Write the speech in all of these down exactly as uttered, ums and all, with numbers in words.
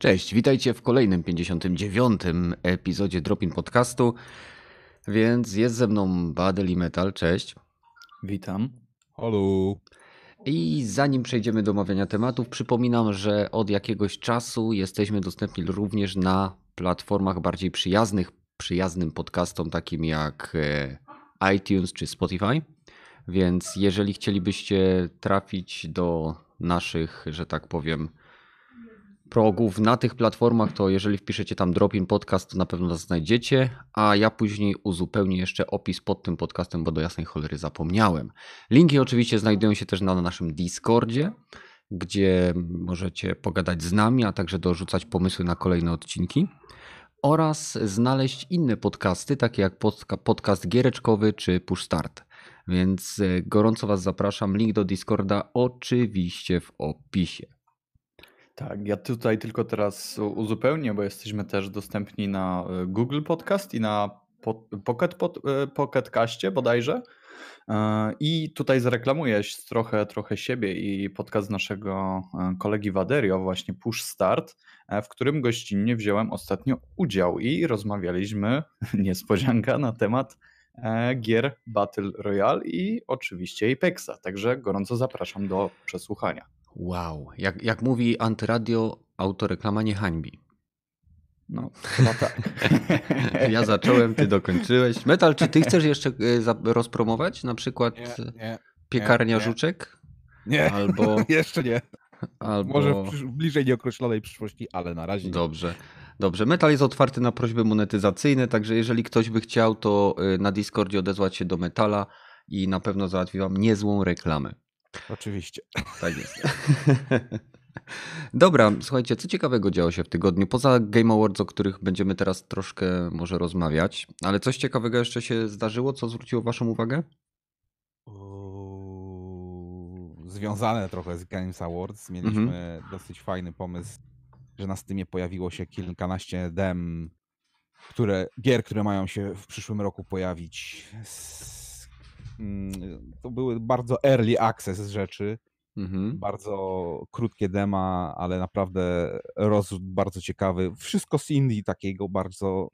Cześć, witajcie w kolejnym pięćdziesiątym dziewiątym epizodzie Drop-in Podcastu, więc jest ze mną Badel i Metal, cześć. Witam. Halo. I zanim przejdziemy do omawiania tematów, przypominam, że od jakiegoś czasu jesteśmy dostępni również na platformach bardziej przyjaznych, przyjaznym podcastom takim jak iTunes czy Spotify, więc jeżeli chcielibyście trafić do naszych, że tak powiem, progów na tych platformach, to jeżeli wpiszecie tam Drop-in Podcast, to na pewno nas znajdziecie, a ja później uzupełnię jeszcze opis pod tym podcastem, bo do jasnej cholery zapomniałem. Linki oczywiście znajdują się też na naszym Discordzie, gdzie możecie pogadać z nami, a także dorzucać pomysły na kolejne odcinki oraz znaleźć inne podcasty, takie jak podcast giereczkowy czy Push Start. Więc gorąco Was zapraszam, link do Discorda oczywiście w opisie. Tak, ja tutaj tylko teraz uzupełnię, bo jesteśmy też dostępni na Google Podcast i na Pocket, pod, Pocket Castie bodajże. I tutaj zareklamuję trochę, trochę siebie i podcast naszego kolegi Waderio, właśnie Push Start, w którym gościnnie wziąłem ostatnio udział i rozmawialiśmy, niespodzianka, na temat gier Battle Royale i oczywiście Apexa. Także gorąco zapraszam do przesłuchania. Wow, jak, jak mówi Antyradio, autoreklama nie hańbi. No, chyba tak. Ja zacząłem, ty dokończyłeś. Metal, czy ty chcesz jeszcze rozpromować na przykład nie, nie, piekarnia nie, Żuczek? Nie, albo jeszcze nie. Albo... Może w przysz- bliżej nieokreślonej przyszłości, ale na razie nie. Dobrze. Dobrze, Metal jest otwarty na prośby monetyzacyjne, także jeżeli ktoś by chciał, to na Discordzie odezwać się do Metala i na pewno załatwi wam niezłą reklamę. Oczywiście. Tak jest. Dobra, słuchajcie, co ciekawego działo się w tygodniu? Poza Game Awards, o których będziemy teraz troszkę może rozmawiać, ale coś ciekawego jeszcze się zdarzyło, co zwróciło waszą uwagę? Związane trochę z Games Awards. Mieliśmy mhm. dosyć fajny pomysł, że na Steamie pojawiło się kilkanaście dem, które, gier, które mają się w przyszłym roku pojawić. To były bardzo early access rzeczy. Mhm. Bardzo krótkie dema, ale naprawdę rozrzut bardzo ciekawy. Wszystko z indie takiego bardzo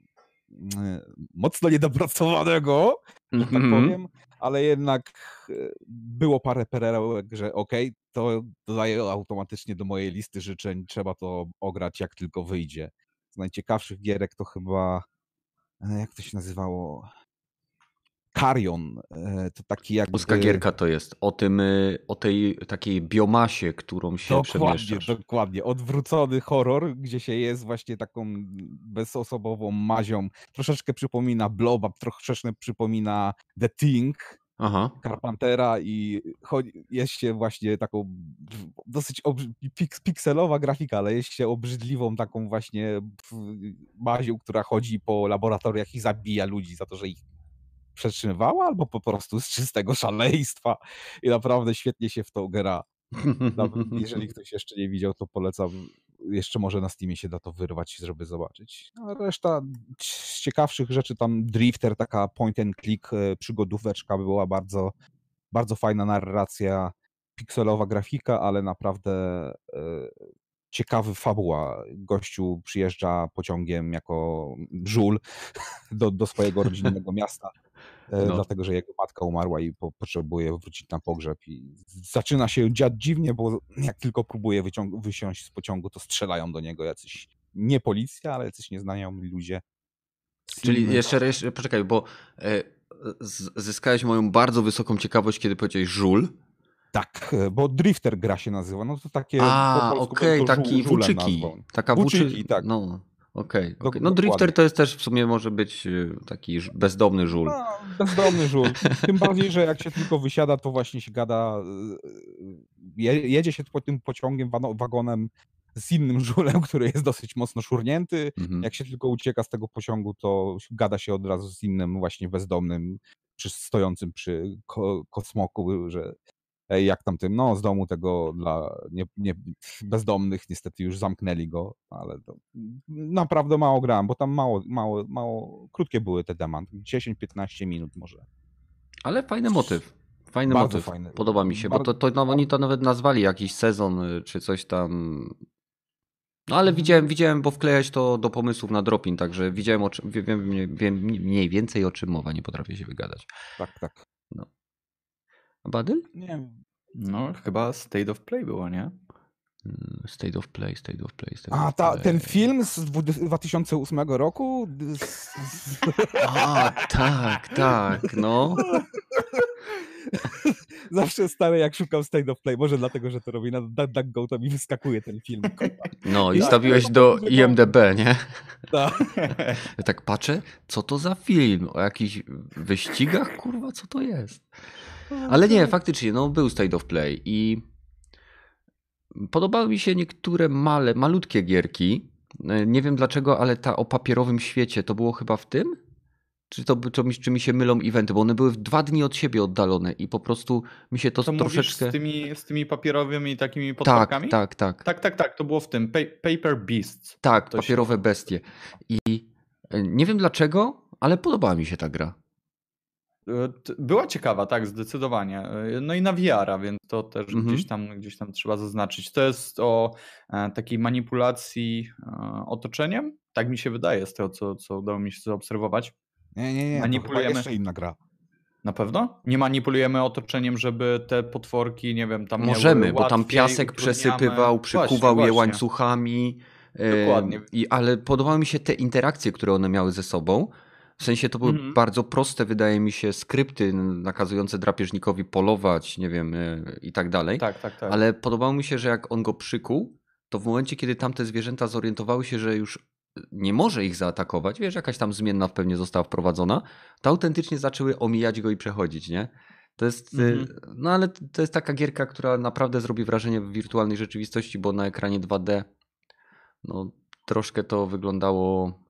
mocno niedopracowanego, że tak mhm. powiem, ale jednak było parę perełek, że okej, okay, to dodaję automatycznie do mojej listy życzeń, trzeba to ograć jak tylko wyjdzie. Z najciekawszych gierek to chyba, jak to się nazywało? Carrion, to taki jakby... Polska gierka to jest, o tym, o tej takiej biomasie, którą się dokładnie, przemieszczasz. Dokładnie, odwrócony horror, gdzie się jest właśnie taką bezosobową mazią. Troszeczkę przypomina Blob, troszeczkę przypomina The Thing, Aha. Carpentera i jest się właśnie taką dosyć pikselowa grafika, ale jest się obrzydliwą taką właśnie mazią, która chodzi po laboratoriach i zabija ludzi za to, że ich przetrzymywała, albo po prostu z czystego szaleństwa i naprawdę świetnie się w to gra. Jeżeli ktoś jeszcze nie widział, to polecam. Jeszcze może na Steamie się da to wyrwać, żeby zobaczyć. A reszta z ciekawszych rzeczy, tam Drifter, taka point and click przygodóweczka, była bardzo, bardzo fajna narracja, pikselowa grafika, ale naprawdę e, ciekawy fabuła. Gościu przyjeżdża pociągiem jako żul do, do swojego rodzinnego miasta. No. Dlatego, że jego matka umarła i po, potrzebuje wrócić na pogrzeb i zaczyna się dziać dziwnie, bo jak tylko próbuje wyciąg- wysiąść z pociągu, to strzelają do niego jacyś, nie policja, ale jacyś nieznajomi ludzie. Czyli innych... jeszcze, jeszcze, poczekaj, bo e, zyskałeś moją bardzo wysoką ciekawość, kiedy powiedziałeś żul. Tak, bo Drifter gra się nazywa, no to takie... A, okej, okay, taki włóczyki. Taka włóczyki, włóczy... tak. No. Okej, okay, okay. No Drifter to jest też w sumie może być taki bezdomny żul. No, bezdomny żul. Tym bardziej, że jak się tylko wysiada, to właśnie się gada, jedzie się po tym pociągiem, wagonem z innym żulem, który jest dosyć mocno szurnięty. Mhm. Jak się tylko ucieka z tego pociągu, to gada się od razu z innym właśnie bezdomnym, przy, stojącym przy ko- kosmoku, że jak tam tym, no z domu tego dla nie, nie, bezdomnych niestety już zamknęli go, ale to naprawdę mało grałem, bo tam mało, mało, mało krótkie były te dema, dziesięć piętnaście minut może. Ale fajny motyw, fajny Bardzo motyw, fajny. Podoba mi się, bo to, to no, oni to nawet nazwali jakiś sezon czy coś tam, No ale widziałem, widziałem, bo wklejać to do pomysłów na Dropin, także widziałem, o czym, wiem, wiem, wiem mniej więcej o czym mowa, nie potrafię się wygadać. Tak, tak. No. A Badyl? Nie wiem. No, chyba State of Play było, nie? State of Play, State of Play, State A, of ta, Play. ten film z dwa tysiące ósmego roku? Z, z... A, tak, tak, no. Zawsze stary, jak szukam State of Play, może dlatego, że to robi na DuckDuckGo, to mi wyskakuje ten film. No i Tak, stawiłeś tak, do tak. I M D B, nie? Tak. Ja tak patrzę, co to za film? O jakichś wyścigach? Kurwa, co to jest? Ale nie, faktycznie, no był State of Play i podobały mi się niektóre male, malutkie gierki. Nie wiem dlaczego, ale ta o papierowym świecie to było chyba w tym? Czy to czy mi, czy mi się mylą eventy? Bo one były w dwa dni od siebie oddalone i po prostu mi się to, To troszeczkę... mówisz z tymi, z tymi papierowymi takimi Tak, potworkami? tak, tak. Tak, tak, tak, to było w tym. Pa- Paper Beasts. Tak, To papierowe się... bestie. I nie wiem dlaczego, ale podobała mi się ta gra. Była ciekawa, tak, zdecydowanie. No i na V R a, więc to też Mhm. gdzieś tam, gdzieś tam trzeba zaznaczyć. To jest o e, takiej manipulacji e, otoczeniem, tak mi się wydaje z tego, co, co udało mi się zaobserwować. Nie, nie, nie, Manipulujemy- to chyba jeszcze inna gra. Na pewno? Nie manipulujemy otoczeniem, żeby te potworki, nie wiem, tam Możemy, miały bo tam łatwiej, piasek utrudniamy. przesypywał, przykuwał Właśnie, je właśnie. łańcuchami. e, Dokładnie. I, ale podobały mi się te interakcje, które one miały ze sobą. W sensie to były Mhm. bardzo proste, wydaje mi się, skrypty nakazujące drapieżnikowi polować, nie wiem, e, i tak dalej. Tak, tak, tak. Ale podobało mi się, że jak on go przykuł, to w momencie, kiedy tamte zwierzęta zorientowały się, że już nie może ich zaatakować, wiesz, jakaś tam zmienna pewnie została wprowadzona, to autentycznie zaczęły omijać go i przechodzić, nie? To jest, y, Mhm. no ale to jest taka gierka, która naprawdę zrobi wrażenie w wirtualnej rzeczywistości, bo na ekranie dwa D no troszkę to wyglądało,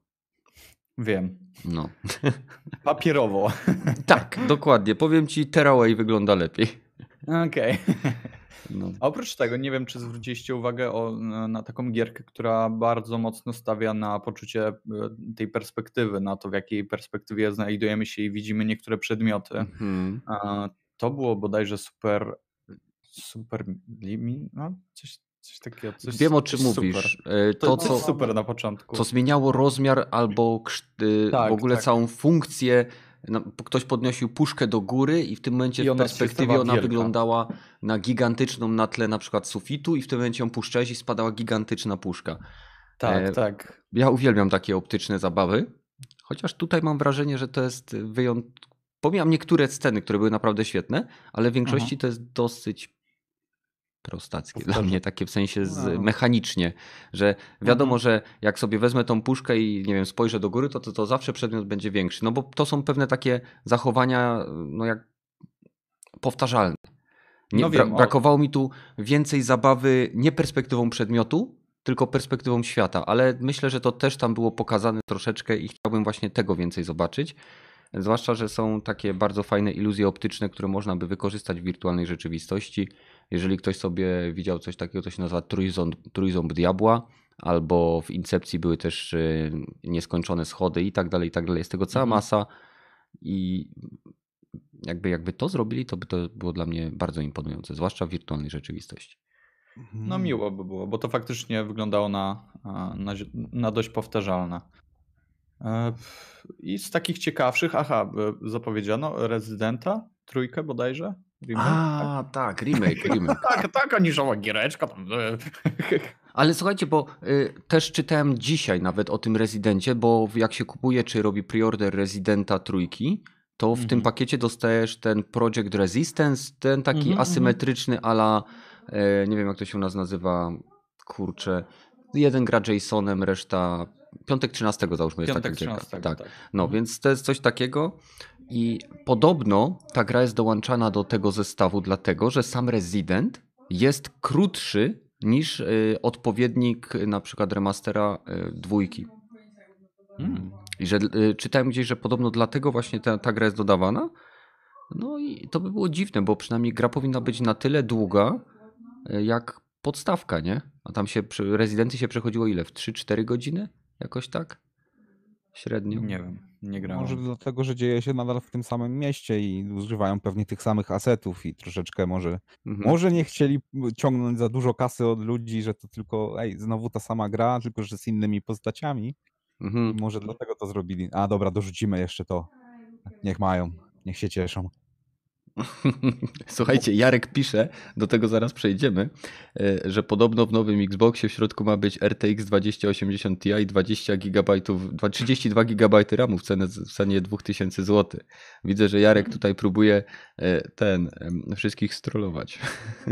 Wiem. no. Papierowo. Tak, dokładnie. Powiem ci, Tearaway wygląda lepiej. Okej. No. A oprócz tego, nie wiem, czy zwróciliście uwagę o, na taką gierkę, która bardzo mocno stawia na poczucie e, tej perspektywy, na to, w jakiej perspektywie znajdujemy się i widzimy niektóre przedmioty. Mhm. A to było bodajże super, super limi, no, coś, coś takiego. Coś, Wiem, o coś czym super. mówisz. E, To, To, to co, jest super na początku. co zmieniało rozmiar albo kszt, y, Tak, w ogóle tak. całą funkcję. No, ktoś podnosił puszkę do góry i w tym momencie I w ona się perspektywie stawała ona wielka. wyglądała na gigantyczną na tle na przykład sufitu i w tym momencie ją puszczałeś i spadała gigantyczna puszka. Tak, E, tak. Ja uwielbiam takie optyczne zabawy, chociaż tutaj mam wrażenie, że to jest wyjątkowe. Pomijam niektóre sceny, które były naprawdę świetne, ale w większości to jest dosyć prostackie dla Powtarzam. mnie, takie w sensie z, No. mechanicznie, że wiadomo, Mhm. że jak sobie wezmę tą puszkę i nie wiem, spojrzę do góry, to, to, to zawsze przedmiot będzie większy, no bo to są pewne takie zachowania, no jak powtarzalne. Nie, No wiem, bra- o- brakowało mi tu więcej zabawy nie perspektywą przedmiotu, tylko perspektywą świata, ale myślę, że to też tam było pokazane troszeczkę i chciałbym właśnie tego więcej zobaczyć. Zwłaszcza, że są takie bardzo fajne iluzje optyczne, które można by wykorzystać w wirtualnej rzeczywistości. Jeżeli ktoś sobie widział coś takiego, to się nazywa trójząb, trójząb diabła, albo w Incepcji były też y, nieskończone schody i tak dalej, i tak dalej. Jest tego cała Mhm. masa i jakby, jakby to zrobili, to by to było dla mnie bardzo imponujące, zwłaszcza w wirtualnej rzeczywistości. No miło by było, bo to faktycznie wyglądało na, na, na dość powtarzalne. E, I z takich ciekawszych, aha, e, zapowiedziano Residenta, trójkę bodajże? Remake, A, tak, remake, remake. tak? tak, taka niszowa giereczka tam. e. Ale słuchajcie, bo y, też czytałem dzisiaj nawet o tym Rezydencie, bo jak się kupuje, czy robi preorder Residenta trójki, to w Mhm. tym pakiecie dostajesz ten Project Resistance, ten taki Mhm, mhm. asymetryczny ala, e, nie wiem jak to się u nas nazywa, kurczę, jeden gra Jasonem, reszta, piątek trzynastego załóżmy jest Piątek taka gierka. trzynastego, Tak. tak. No Mhm. więc to jest coś takiego i podobno ta gra jest dołączana do tego zestawu dlatego, że sam Resident jest krótszy niż y, odpowiednik y, na przykład remastera y, dwójki. Mm. I że y, czytałem gdzieś, że podobno dlatego właśnie ta, ta gra jest dodawana. No i to by było dziwne, bo przynajmniej gra powinna być na tyle długa y, jak podstawka, nie? A tam się przy Rezydenty się przechodziło ile? W trzy cztery godziny? Jakoś tak? Średnio. Nie wiem. nie grałem. Może dlatego, że dzieje się nadal w tym samym mieście i używają pewnie tych samych asetów i troszeczkę może, Mhm. może nie chcieli ciągnąć za dużo kasy od ludzi, że to tylko, ej, znowu ta sama gra, tylko że z innymi postaciami. Mhm. I może dlatego to zrobili. A dobra, dorzucimy jeszcze to. Niech mają, niech się cieszą. Słuchajcie, Jarek pisze, do tego zaraz przejdziemy, e, że podobno w nowym Xboxie w środku ma być R T X dwieście osiemdziesiąt Ti i dwadzieścia gigabajtów, trzydzieści dwa gigabajty ramu w cenie, w cenie dwa tysiące złotych. Widzę, że Jarek tutaj próbuje e, ten, em, wszystkich strollować.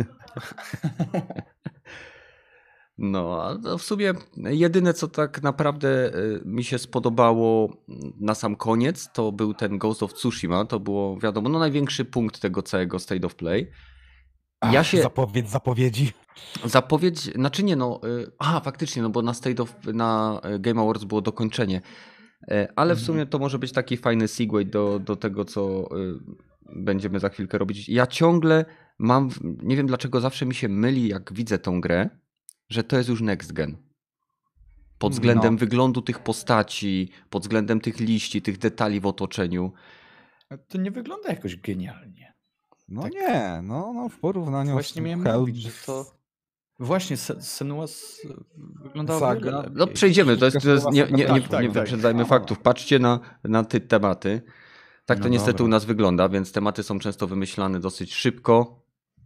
No, a to w sumie jedyne, co tak naprawdę y, mi się spodobało na sam koniec, to był ten Ghost of Tsushima. To było, wiadomo, no największy punkt tego całego State of Play. Ja Ach, się... Zapowiedź zapowiedzi. Zapowiedź, znaczy nie no, y, aha, faktycznie, no bo na State of, na Game Awards było dokończenie. Y, ale w sumie to może być taki fajny segue do, do tego, co y, będziemy za chwilkę robić. Ja ciągle mam, nie wiem dlaczego zawsze mi się myli, jak widzę tą grę, że to jest już next gen. Pod względem No. wyglądu tych postaci, pod względem tych liści, tych detali w otoczeniu. To nie wygląda jakoś genialnie. No Tak. nie, no, no w porównaniu Właśnie z miałem Hell... mówić, że to... Właśnie, Se- Senua's wyglądała Saga. o wiele lepiej. No przejdziemy, to jest, to jest nie, nie, nie, Tak, tak, nie tak. wyprzedzajmy faktów. Patrzcie na, na te tematy. Tak to No niestety dobra. u nas wygląda, więc tematy są często wymyślane dosyć szybko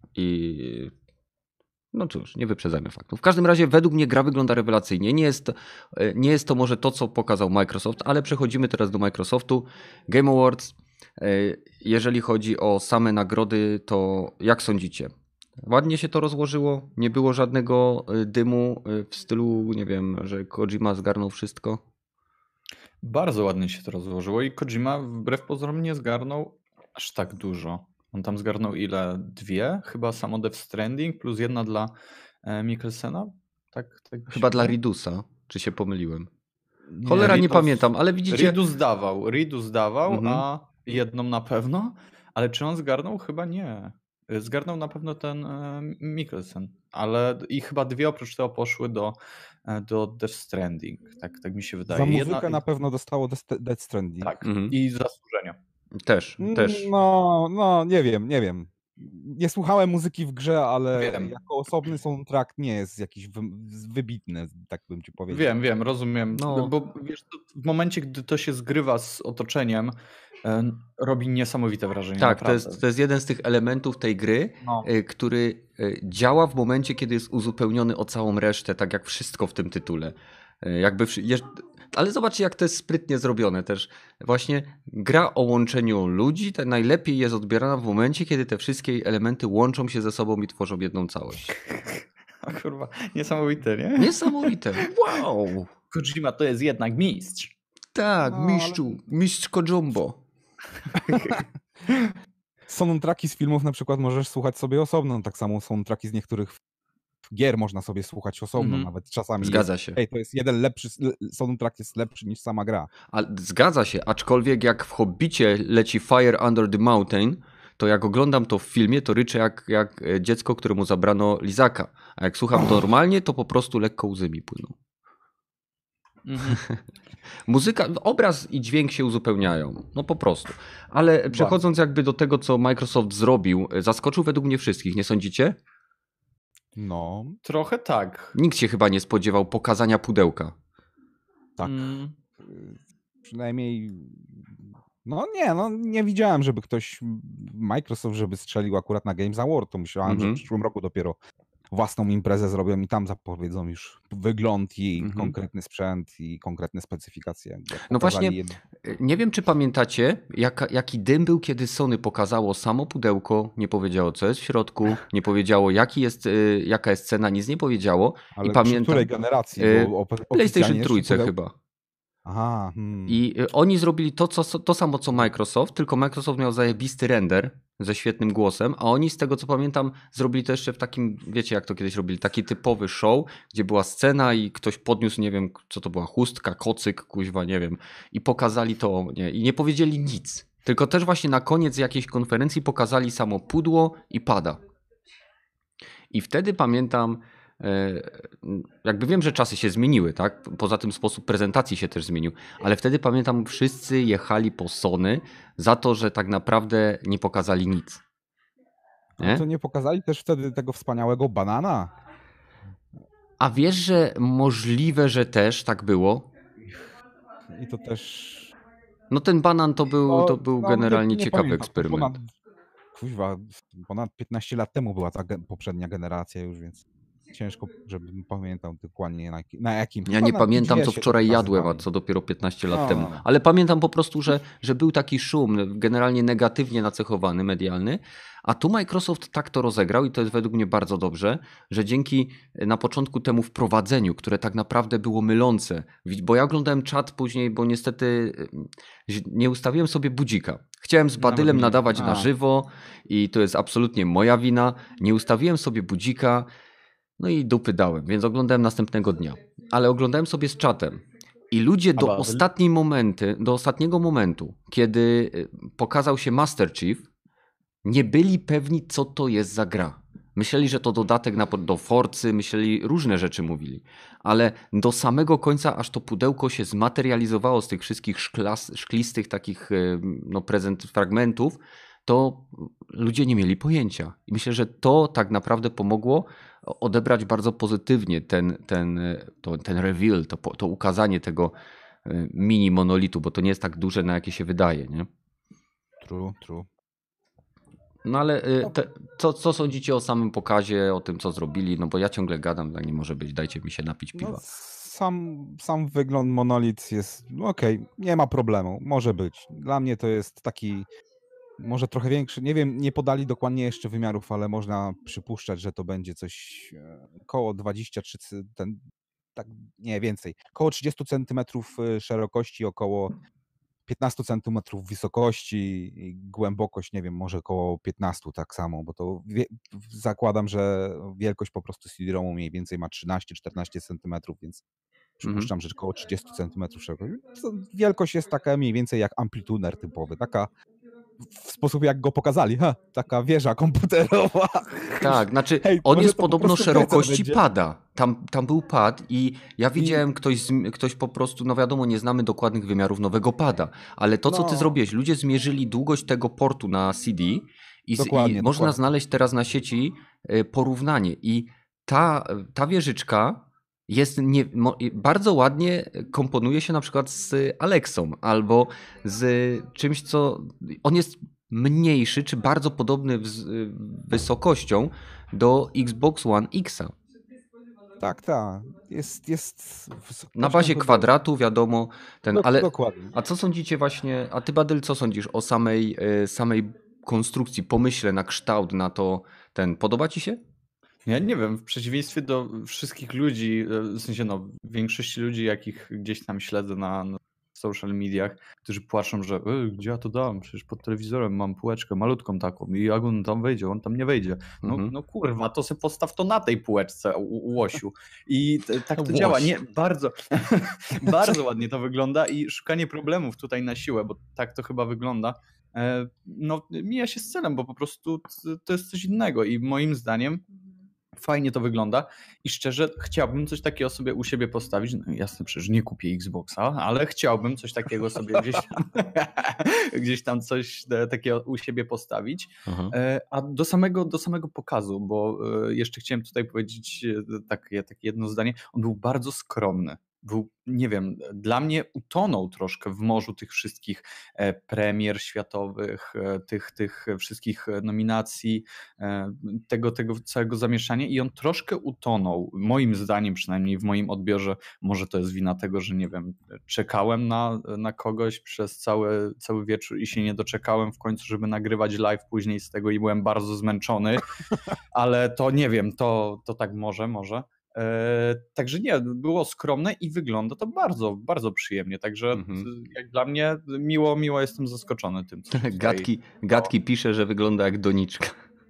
i no cóż, nie wyprzedzajmy faktów. W każdym razie według mnie gra wygląda rewelacyjnie. Nie jest, nie jest to może to, co pokazał Microsoft, ale przechodzimy teraz do Microsoftu. Game Awards, jeżeli chodzi o same nagrody, to jak sądzicie? Ładnie się to rozłożyło? Nie było żadnego dymu w stylu, nie wiem, że Kojima zgarnął wszystko? Bardzo ładnie się to rozłożyło i Kojima wbrew pozorom nie zgarnął aż tak dużo. On tam zgarnął ile? Dwie? Chyba samo Death Stranding plus jedna dla e, Mikkelsena? Tak, tak Chyba dla wydaje? Ridusa, czy się pomyliłem? Cholera, nie Ridus- pamiętam, ale widzicie... Ridus dawał, Ridus dawał, Mhm. a jedną na pewno, ale czy on zgarnął? Chyba nie. Zgarnął na pewno ten e, Mikkelsen, ale i chyba dwie oprócz tego poszły do, e, do Death Stranding, tak, tak mi się wydaje. Za Jedna- muzykę na pewno dostało Death- Death Stranding. Tak, Mhm. i zasłużenia. Też, też. No, no, nie wiem, nie wiem. Nie słuchałem muzyki w grze, ale Wiem. jako osobny soundtrack nie jest jakiś wy, wybitny, tak bym ci powiedział. Wiem, wiem, rozumiem, No. bo wiesz, to w momencie, gdy to się zgrywa z otoczeniem, e, robi niesamowite wrażenie. Tak, to naprawdę. jest, to jest jeden z tych elementów tej gry, No. y, który y, działa w momencie, kiedy jest uzupełniony o całą resztę, tak jak wszystko w tym tytule. Y, Jakby, wszy- jeż- ale zobaczcie, jak to jest sprytnie zrobione też. Właśnie gra o łączeniu ludzi ta najlepiej jest odbierana w momencie, kiedy te wszystkie elementy łączą się ze sobą i tworzą jedną całość. A kurwa, niesamowite, nie? Niesamowite. Wow! Kojima to jest jednak mistrz. Tak, No, ale- mistrzu, mistrz Kojumbo. Soundtracki z filmów na przykład możesz słuchać sobie osobno, tak samo soundtracki z niektórych gier można sobie słuchać osobno, Mhm. nawet czasami Zgadza jest, się. Ej, to jest jeden lepszy, soundtrack jest lepszy niż sama gra. A, zgadza się, aczkolwiek jak w Hobbicie leci Fire Under the Mountain, to jak oglądam to w filmie, to ryczę jak, jak e, dziecko, któremu zabrano lizaka. A jak słucham normalnie, to po prostu lekko łzy mi płyną. Mhm. Muzyka, obraz i dźwięk się uzupełniają. No po prostu. Ale przechodząc jakby do tego, co Microsoft zrobił, e, zaskoczył według mnie wszystkich, nie sądzicie? No, Trochę tak. Nikt się chyba nie spodziewał pokazania pudełka. tak. Mm. Przynajmniej. No nie, no nie widziałem, żeby ktoś, Microsoft, żeby strzelił akurat na Games Award. To myślałem, Mhm. że w przyszłym roku dopiero własną imprezę zrobią i tam zapowiedzą już wygląd i Mhm. konkretny sprzęt i konkretne specyfikacje. Jak No pokazali właśnie, jed- nie wiem, czy pamiętacie, jaka, jaki dym był, kiedy Sony pokazało samo pudełko, nie powiedziało, co jest w środku, nie powiedziało, jaki jest, y, jaka jest cena, nic nie powiedziało. Ale przy pamiętam- której generacji? y, Bo ope- PlayStation oficjalnie jeszcze trójce pudeł- chyba. Aha, hmm. I y, oni zrobili to, co, to samo, co Microsoft, tylko Microsoft miał zajebisty render ze świetnym głosem, a oni, z tego co pamiętam, zrobili to jeszcze w takim, wiecie jak to kiedyś robili, taki typowy show, gdzie była scena i ktoś podniósł, nie wiem, co to była, chustka, kocyk, kuźwa, nie wiem, i pokazali to, nie, i nie powiedzieli nic. Tylko też właśnie na koniec jakiejś konferencji pokazali samo pudło i pada. I wtedy pamiętam, jakby wiem, że czasy się zmieniły, tak? Poza tym sposób prezentacji się też zmienił, ale wtedy pamiętam, wszyscy jechali po Sony za to, że tak naprawdę nie pokazali nic. Nie? To nie pokazali też wtedy tego wspaniałego banana? A wiesz, że możliwe, że też tak było? I to też... No ten banan to był, no, to był no, generalnie nie, nie ciekawy pamiętam. Eksperyment. Ponad, kuźwa, ponad piętnaście lat temu była ta ge- poprzednia generacja już, więc ciężko, żebym pamiętał dokładnie na, na jakim. Ja nie pamiętam, co wczoraj jadłem, a co dopiero piętnaście lat no, temu. Ale pamiętam po prostu, że, że był taki szum, generalnie negatywnie nacechowany, medialny, a tu Microsoft tak to rozegrał i to jest według mnie bardzo dobrze, że dzięki na początku temu wprowadzeniu, które tak naprawdę było mylące, bo ja oglądałem czat później, bo niestety nie ustawiłem sobie budzika. Chciałem z Badylem nadawać a. na żywo i to jest absolutnie moja wina. Nie ustawiłem sobie budzika, no i dupy dałem, więc oglądałem następnego dnia. Ale oglądałem sobie z czatem. I ludzie do ostatniej momenty, do ostatniego momentu, kiedy pokazał się Master Chief, nie byli pewni, co to jest za gra. Myśleli, że to dodatek na, do Forcy, myśleli, różne rzeczy mówili. Ale do samego końca, aż to pudełko się zmaterializowało z tych wszystkich szklas, szklistych takich no, prezent, fragmentów, to ludzie nie mieli pojęcia. I myślę, że to tak naprawdę pomogło odebrać bardzo pozytywnie ten, ten, to, ten reveal, to, to ukazanie tego mini monolitu, bo to nie jest tak duże, na jakie się wydaje. Nie? True, true. No ale te, co, co sądzicie o samym pokazie, o tym, co zrobili? No bo ja ciągle gadam, tak nie może być, dajcie mi się napić piwa. No, sam, sam wygląd Monolith jest, no okej, okay, nie ma problemu, może być. Dla mnie to jest taki, może trochę większy, nie wiem, nie podali dokładnie jeszcze wymiarów, ale można przypuszczać, że to będzie coś koło dwadzieścia trzy, ten, tak, nie więcej, koło trzydzieści centymetrów szerokości, około piętnaście centymetrów wysokości i głębokość, nie wiem, może około piętnaście tak samo, bo to wie, zakładam, że wielkość po prostu C D-ROMu mniej więcej ma trzynaście czternaście centymetrów, więc przypuszczam, mm-hmm. że około trzydzieści centymetrów szerokości. Wielkość jest taka mniej więcej jak amplituner typowy, taka w sposób jak go pokazali, ha, taka wieża komputerowa. Tak, znaczy Hej, on jest podobno szerokości pada. Tam, tam był pad i ja widziałem I... ktoś, ktoś po prostu, no wiadomo, nie znamy dokładnych wymiarów nowego pada, ale to, co no. ty zrobiłeś, ludzie zmierzyli długość tego portu na C D i, i można dokładnie. znaleźć teraz na sieci porównanie i ta, ta wieżyczka jest nie, bardzo ładnie komponuje się na przykład z Alexą albo z czymś, co on jest mniejszy czy bardzo podobny w, wysokością do Xbox One X'a. Tak, tak. Jest, jest na bazie kwadratu, wiadomo. Ten, no, ale, dokładnie. A co sądzicie właśnie, a ty Badyl, co sądzisz o samej, samej konstrukcji, pomyśle na kształt, na to, ten, podoba ci się? Ja nie wiem, w przeciwieństwie do wszystkich ludzi, w sensie no większości ludzi, jakich gdzieś tam śledzę na, na social mediach, którzy płaczą, że e, gdzie ja to dam, przecież pod telewizorem mam półeczkę malutką taką i jak on tam wejdzie, on tam nie wejdzie. No, mhm. no kurwa, to sobie postaw to na tej półeczce, łosiu. I t- tak to Łoś. działa. Nie, bardzo, bardzo ładnie to wygląda i szukanie problemów tutaj na siłę, bo tak to chyba wygląda, no mija się z celem, bo po prostu to jest coś innego i moim zdaniem fajnie to wygląda i szczerze chciałbym coś takiego sobie u siebie postawić. No jasne, przecież nie kupię Xboxa, ale chciałbym coś takiego sobie gdzieś tam, gdzieś tam coś takiego u siebie postawić. Aha. A do samego, do samego pokazu, bo jeszcze chciałem tutaj powiedzieć takie, takie jedno zdanie, on był bardzo skromny. Był, nie wiem, dla mnie utonął troszkę w morzu tych wszystkich premier światowych, tych, tych wszystkich nominacji, tego, tego całego zamieszania i on troszkę utonął, moim zdaniem przynajmniej w moim odbiorze, może to jest wina tego, że nie wiem, czekałem na, na kogoś przez cały, cały wieczór i się nie doczekałem w końcu, żeby nagrywać live później z tego i byłem bardzo zmęczony, ale to nie wiem, to, to tak może, może. Eee, także nie, było skromne i wygląda to bardzo, bardzo przyjemnie, także mm-hmm. jak dla mnie miło, miło jestem zaskoczony tym, co tutaj... Gadki, Gadki pisze, że wygląda jak doniczka.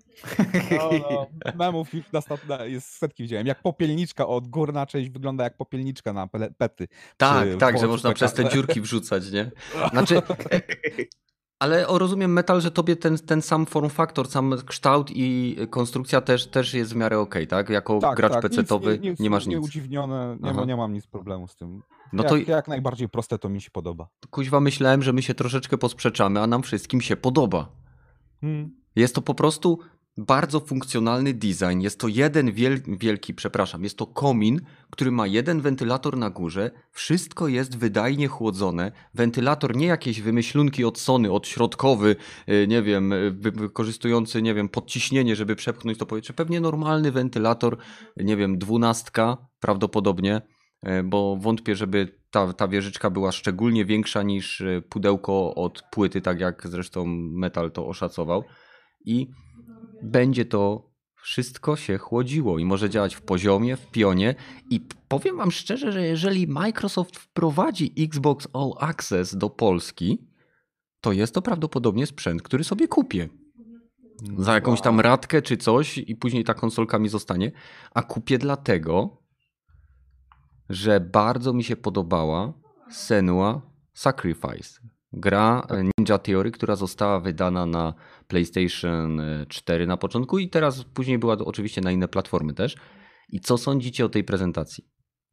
No, no, memów już następne jest setki widziałem. Jak popielniczka, od górna część wygląda jak popielniczka na pety. Tak, tak, że można przez te dziurki wrzucać, nie? Znaczy, Ale o, rozumiem, Metal, że tobie ten, ten sam form factor, sam kształt i konstrukcja też, też jest w miarę okej, tak? Jako Tak, gracz tak, pecetowy nic, nic, nie masz nie nic. udziwnione, nie, ma- nie mam nic problemu z tym. No jak, to jak najbardziej proste to mi się podoba. kuźwa, myślałem, że my się troszeczkę posprzeczamy, a nam wszystkim się podoba. Hmm. Jest to po prostu bardzo funkcjonalny design. Jest to jeden wiel wielki, przepraszam, jest to komin, który ma jeden wentylator na górze. Wszystko jest wydajnie chłodzone. Wentylator nie jakieś wymyślunki od Sony, odśrodkowy, yy, nie wiem, wy wykorzystujący, nie wiem, podciśnienie, żeby przepchnąć to powietrze. Pewnie normalny wentylator, nie wiem, dwunastka prawdopodobnie, yy, bo wątpię, żeby ta, ta wieżyczka była szczególnie większa niż pudełko od płyty, tak jak zresztą Metal to oszacował. I będzie to wszystko się chłodziło i może działać w poziomie, w pionie. I powiem wam szczerze, że jeżeli Microsoft wprowadzi Xbox All Access do Polski, to jest to prawdopodobnie sprzęt, który sobie kupię. Za jakąś tam ratkę czy coś i później ta konsolka mi zostanie. A kupię dlatego, że bardzo mi się podobała Senua Sacrifice. Gra Ninja Theory, która została wydana na PlayStation cztery na początku i teraz później była to oczywiście na inne platformy też. I co sądzicie o tej prezentacji?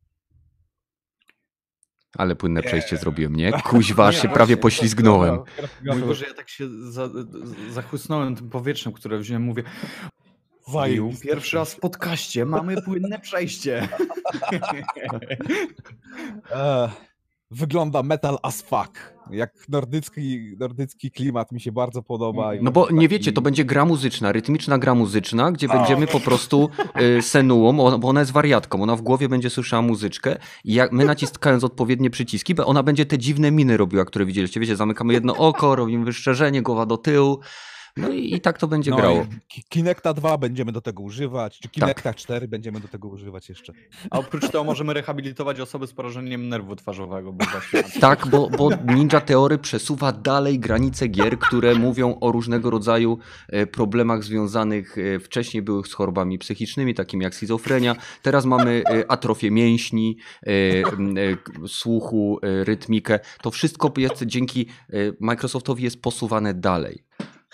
Ale płynne przejście nie. zrobiłem, nie? Kuźwa, się prawie poślizgnąłem. Mój Boże, ja tak się za, zachłysnąłem tym powietrzem, które wziąłem, mówię Waju, pierwszy raz w podcaście mamy płynne przejście. Wygląda metal as fuck. Jak nordycki, nordycki klimat mi się bardzo podoba. No bo nie taki... wiecie, to będzie gra muzyczna, rytmiczna gra muzyczna, gdzie oh. będziemy po prostu y, Senuą, bo ona jest wariatką, ona w głowie będzie słyszała muzyczkę i jak my naciskając odpowiednie przyciski, bo ona będzie te dziwne miny robiła, które widzieliście. Wiecie, zamykamy jedno oko, robimy wyszczerzenie, głowa do tyłu. No i, i tak to będzie no grało. Kinecta dwa będziemy do tego używać, czy Kinecta tak. cztery będziemy do tego używać jeszcze. A oprócz tego możemy rehabilitować osoby z porażeniem nerwu twarzowego. Bo właśnie... Tak, bo, bo Ninja Theory przesuwa dalej granice gier, które mówią o różnego rodzaju problemach związanych wcześniej byłych z chorobami psychicznymi, takimi jak schizofrenia. Teraz mamy atrofię mięśni, słuchu, rytmikę. To wszystko jest dzięki Microsoftowi jest posuwane dalej.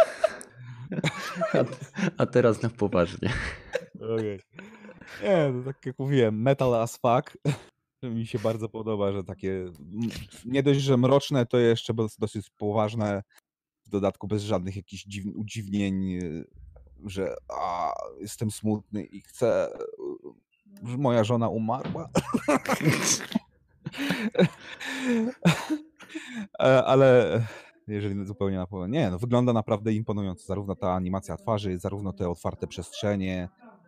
A, a teraz na poważnie. Okay. Nie, no tak jak mówiłem, metal as fuck. Mi się bardzo podoba, że takie nie dość, że mroczne, to jeszcze dosyć poważne, w dodatku bez żadnych jakichś dziw, udziwnień, że a, jestem smutny i chcę, że moja żona umarła. Ale jeżeli zupełnie na pewno. Nie, no wygląda naprawdę imponująco. Zarówno ta animacja twarzy, zarówno te otwarte przestrzenie.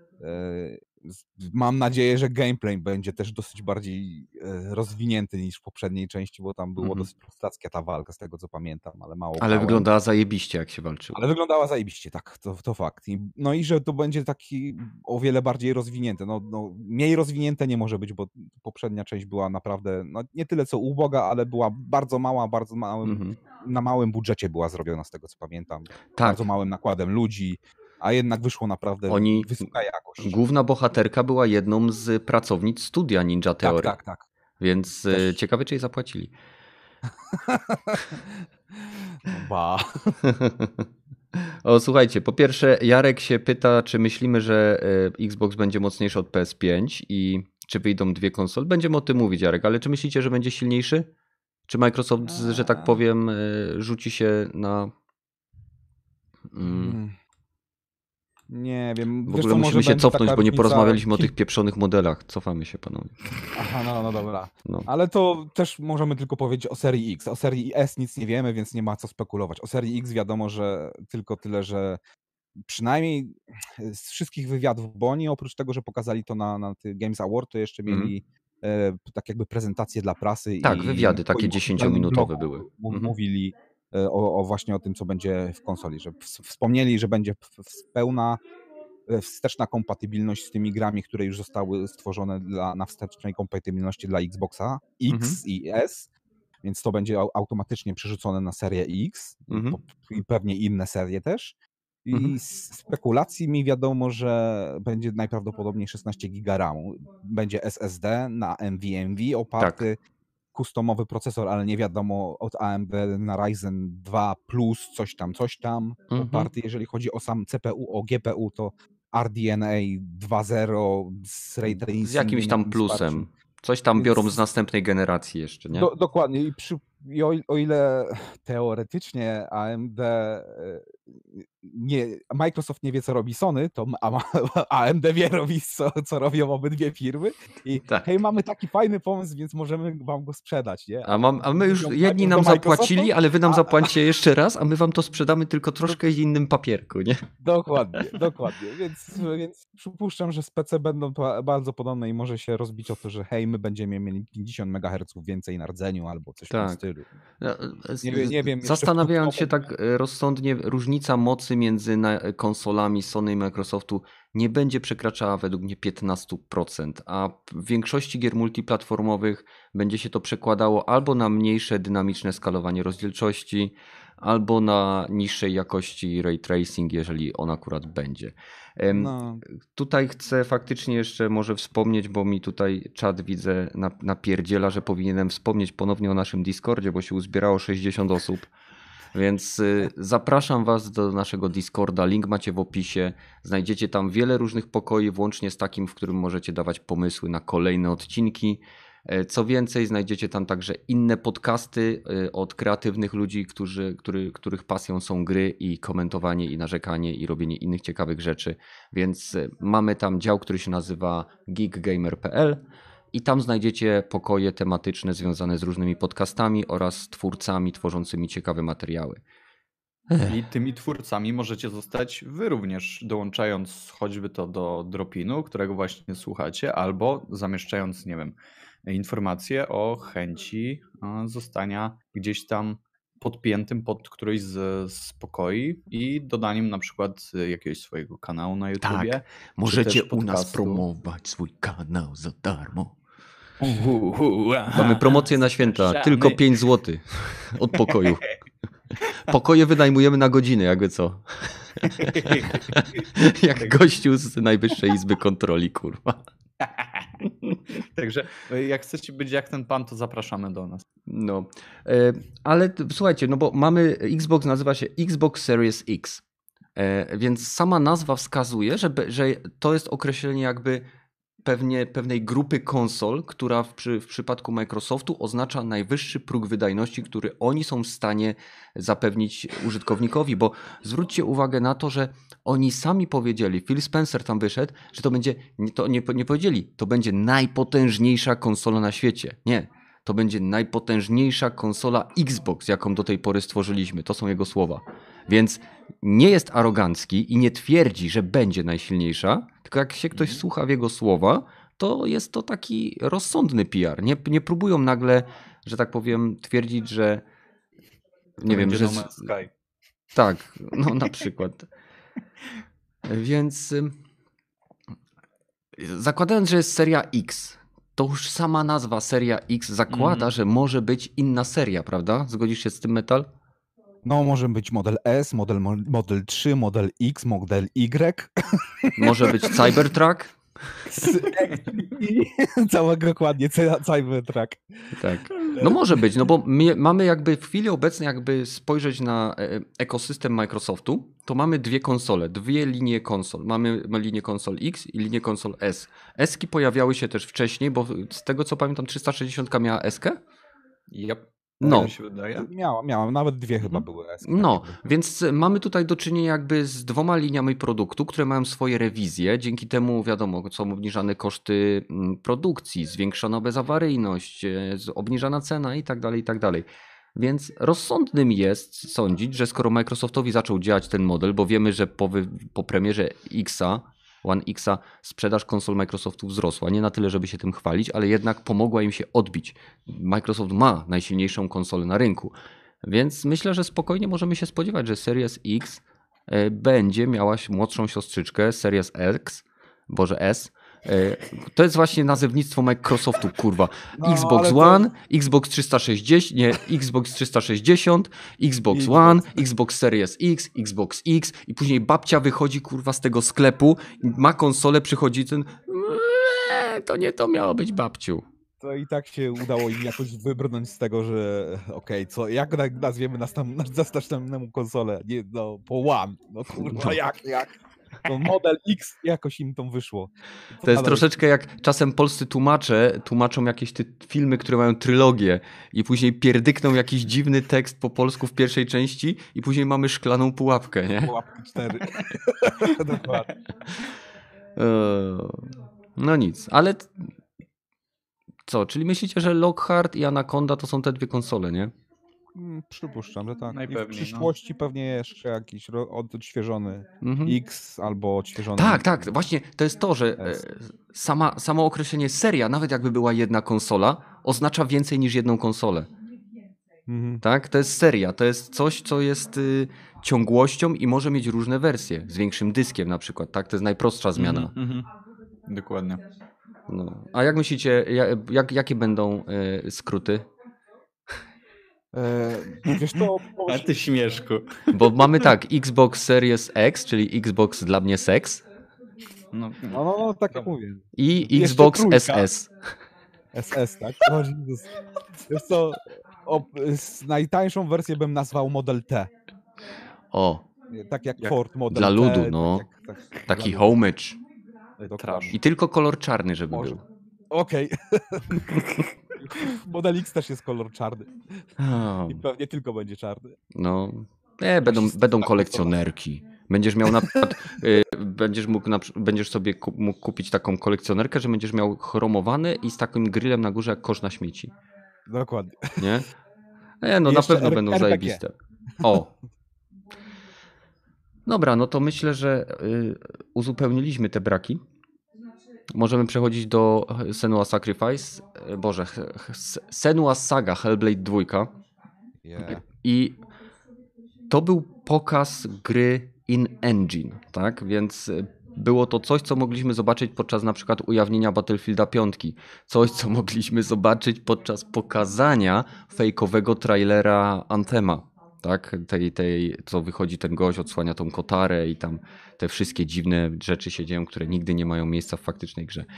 Mam nadzieję, że gameplay będzie też dosyć bardziej rozwinięty niż w poprzedniej części, bo tam było mm-hmm. dosyć prostacka ta walka, z tego co pamiętam, ale mało. Ale grałem. Wyglądała zajebiście, jak się walczyło. Ale wyglądała zajebiście, tak, to, to fakt. I, no i że to będzie taki o wiele bardziej rozwinięte. No, no, mniej rozwinięte nie może być, bo poprzednia część była naprawdę, no nie tyle co uboga, ale była bardzo mała, bardzo małym, mm-hmm. na małym budżecie była zrobiona, z tego co pamiętam. Tak. Bardzo małym nakładem ludzi. A jednak wyszło naprawdę Oni, wysoka jakość. Główna bohaterka była jedną z pracownic studia Ninja Theory. Tak, tak, tak. Więc Też. ciekawe, czy jej zapłacili. Ba. O, słuchajcie, po pierwsze Jarek się pyta, czy myślimy, że Xbox będzie mocniejszy od P S pięć i czy wyjdą dwie konsole. Będziemy o tym mówić, Jarek, ale czy myślicie, że będzie silniejszy? Czy Microsoft, że tak powiem, rzuci się na... Mm. Nie wiem. W ogóle co, musimy się cofnąć, bo nie porozmawialiśmy o tych pieprzonych modelach. Cofamy się, panowie. Aha, no, no dobra. No. Ale to też możemy tylko powiedzieć o serii X. O serii S nic nie wiemy, więc nie ma co spekulować. O serii X wiadomo, że tylko tyle, że przynajmniej z wszystkich wywiadów, bo oni oprócz tego, że pokazali to na, na Games Award, to jeszcze mm. mieli e, tak jakby prezentacje dla prasy. Tak, i wywiady takie dziesięciominutowe były. Mówili O, o właśnie o tym, co będzie w konsoli, że wspomnieli, że będzie pełna wsteczna kompatybilność z tymi grami, które już zostały stworzone dla, na wstecznej kompatybilności dla Xboxa X mhm. i S, więc to będzie automatycznie przerzucone na serię X mhm. i pewnie inne serie też. I mhm. z spekulacji mi wiadomo, że będzie najprawdopodobniej szesnaście giga ramu. Będzie S S D na NVMe oparty. Tak. customowy procesor, ale nie wiadomo, od A M D na Ryzen dwa plus coś tam, coś tam Mhm. oparty. Jeżeli chodzi o sam C P U, o G P U, to R D N A dwa zero z ray tracingiem. Z jakimś tam i plusem. wsparciem. Coś tam biorą Więc- z następnej generacji jeszcze, nie? Do, dokładnie. I, przy, i o, o ile teoretycznie A M D e, nie, Microsoft nie wie, co robi Sony, to a, ma- A M D wie, robi, co, co robią obydwie firmy. I Tak. hej, mamy taki fajny pomysł, więc możemy wam go sprzedać, nie? A, mam, a my już, mówią jedni najpierw nam do Microsoftu, zapłacili, ale wy nam a- zapłacicie jeszcze raz, a my wam to sprzedamy tylko troszkę w innym papierku, nie? Dokładnie, dokładnie. Więc, więc przypuszczam, że z P C będą to bardzo podobne i może się rozbić o to, że hej, my będziemy mieli pięćdziesiąt megaherców więcej na rdzeniu albo coś w tym Tak. stylu. No, Nie wie- nie wiem jeszcze Zastanawiając w się którym tak e, rozsądnie, różnica mocy między na- konsolami Sony i Microsoftu nie będzie przekraczała według mnie piętnaście procent, a w większości gier multiplatformowych będzie się to przekładało albo na mniejsze dynamiczne skalowanie rozdzielczości, albo na niższej jakości ray tracing, jeżeli on akurat będzie. Em, No, Tutaj chcę faktycznie jeszcze może wspomnieć, bo mi tutaj czat widzę na- napierdziela, że powinienem wspomnieć ponownie o naszym Discordzie, bo się uzbierało sześćdziesiąt osób. Więc y, zapraszam Was do naszego Discorda, link macie w opisie. Znajdziecie tam wiele różnych pokoi, włącznie z takim, w którym możecie dawać pomysły na kolejne odcinki. E, Co więcej, znajdziecie tam także inne podcasty y, od kreatywnych ludzi, którzy, który, których pasją są gry i komentowanie i narzekanie i robienie innych ciekawych rzeczy. Więc y, mamy tam dział, który się nazywa geek gamer kropka p l i tam znajdziecie pokoje tematyczne związane z różnymi podcastami oraz twórcami tworzącymi ciekawe materiały. I tymi twórcami możecie zostać wy również, dołączając choćby to do Dropinu, którego właśnie słuchacie, albo zamieszczając, nie wiem, informacje o chęci e, zostania gdzieś tam podpiętym pod któryś z, z pokoi i dodaniem na przykład jakiegoś swojego kanału na YouTubie. Tak, możecie też u nas podcastu. promować swój kanał za darmo. Uhu, aha, Mamy promocję na święta, zapraszamy. tylko pięć złotych od pokoju. Pokoje wynajmujemy na godzinę, jakby co. Jak gościu z Najwyższej Izby Kontroli, kurwa. Także e, jak chcecie być jak ten pan, to zapraszamy do nas. No, e, ale t- słuchajcie, no bo mamy, Xbox nazywa się Xbox Series X, e, więc sama nazwa wskazuje, że, be- że to jest określenie jakby pewnie, pewnej grupy konsol, która w, przy, w przypadku Microsoftu oznacza najwyższy próg wydajności, który oni są w stanie zapewnić użytkownikowi, bo zwróćcie uwagę na to, że oni sami powiedzieli, Phil Spencer tam wyszedł, że to będzie, nie, to nie, nie powiedzieli, to będzie najpotężniejsza konsola na świecie. Nie, to będzie najpotężniejsza konsola Xbox, jaką do tej pory stworzyliśmy. To są jego słowa. Więc nie jest arogancki i nie twierdzi, że będzie najsilniejsza, tylko jak się ktoś słucha w jego słowa, to jest to taki rozsądny P R. Nie, nie próbują nagle, że tak powiem, twierdzić, że nie wiem, Będzie że... No z- Man's Sky. Tak, no na przykład. Więc ym, zakładając, że jest seria X, to już sama nazwa seria X zakłada, Mhm. że może być inna seria, prawda? Zgodzisz się z tym, Metal? no może być model S, model, model trzy, model X, model Y. Może być Cybertruck? I całego dokładnie, cy- Cybertruck. Tak. No może być, no bo my mamy jakby w chwili obecnej jakby spojrzeć na e, ekosystem Microsoftu, to mamy dwie konsole, dwie linie konsol. Mamy linię konsol X i linię konsol S. S-ki pojawiały się też wcześniej, bo z tego co pamiętam trzysta sześćdziesiąt miała S-kę? Yep. No. Tak się wydaje. Miałam, miałam, nawet dwie chyba Mhm. były S. No, więc mamy tutaj do czynienia jakby z dwoma liniami produktu, które mają swoje rewizje. Dzięki temu wiadomo, są obniżane koszty mm, produkcji, zwiększona bezawaryjność, e, z- obniżana cena i tak dalej, i tak dalej. Więc rozsądnym jest sądzić, że skoro Microsoftowi zaczął działać ten model, bo wiemy, że po, wy, po premierze Xa, One Xa sprzedaż konsol Microsoftu wzrosła. Nie na tyle, żeby się tym chwalić, ale jednak pomogła im się odbić. Microsoft ma najsilniejszą konsolę na rynku. Więc myślę, że spokojnie możemy się spodziewać, że Series X e, będzie miała młodszą siostrzyczkę Series X, boże S. E, To jest właśnie nazewnictwo Microsoftu, kurwa. No, Xbox ale to- One, Xbox trzysta sześćdziesiąt, nie, Xbox trzysta sześćdziesiąt, Xbox Xbox. One, Xbox Series X, Xbox X i później babcia wychodzi, kurwa, z tego sklepu, ma konsolę, przychodzi ten... "Eee, To nie to miało być, babciu. No i tak się udało im jakoś wybrnąć z tego, że okej, okay, co, jak nazwiemy następnemu konsolę? Nie, no, po One. No kurwa, no. jak, jak? No Model X jakoś im to wyszło. To, to jest troszeczkę jest... jak czasem polscy tłumacze tłumaczą jakieś ty filmy, które mają trylogię i później pierdykną jakiś dziwny tekst po polsku w pierwszej części i później mamy szklaną pułapkę, nie? Pułapkę cztery. Dokładnie. No nic, ale co, czyli myślicie, że Lockhart i Anaconda to są te dwie konsole, nie? Hmm, przypuszczam, że tak. Najpewniej, I w przyszłości no. pewnie jeszcze jakiś odświeżony mhm. X albo odświeżony... Tak, tak, właśnie to jest to, że sama, samo określenie seria, nawet jakby była jedna konsola, oznacza więcej niż jedną konsolę. Mhm. Tak? To jest seria, to jest coś, co jest y, ciągłością i może mieć różne wersje, z większym dyskiem na przykład, tak? To jest najprostsza zmiana. Mhm, dokładnie. No. A jak myślicie, jak, jak, jakie będą y, skróty? Eee, wiesz to... A ty śmieszku. Bo mamy tak, Xbox Series X, czyli Xbox dla mnie seks. No, no, no, no tak jak mówię. I Xbox S S. S S, tak? Wiesz co, o, najtańszą wersję bym nazwał Model T. O. Tak jak, jak Ford Model dla T. Dla ludu, no. Tak jak, tak, Taki homage. Trash. I tylko kolor czarny, żeby Może. był. Okej. Okay. Model X też jest kolor czarny. Oh. I pewnie tylko będzie czarny. No. Nie, będą, będą kolekcjonerki. Będziesz miał na przykład, y, będziesz mógł na, będziesz sobie ku, mógł kupić taką kolekcjonerkę, że będziesz miał chromowany i z takim grillem na górze jak kosz na śmieci. Dokładnie. Nie? Nie, no na pewno będą R P G. Zajebiste. O. Dobra, no to myślę, że y, uzupełniliśmy te braki. Możemy przechodzić do Senua's Sacrifice. Boże, Senua's Saga Hellblade dwa. Yeah. I to był pokaz gry in-engine, tak? Więc było to coś, co mogliśmy zobaczyć podczas na przykład ujawnienia Battlefielda pięć. Coś, co mogliśmy zobaczyć podczas pokazania fejkowego trailera Anthema. Tak? Tej, tej, co wychodzi ten gość, odsłania tą kotarę i tam te wszystkie dziwne rzeczy się dzieją, które nigdy nie mają miejsca w faktycznej grze.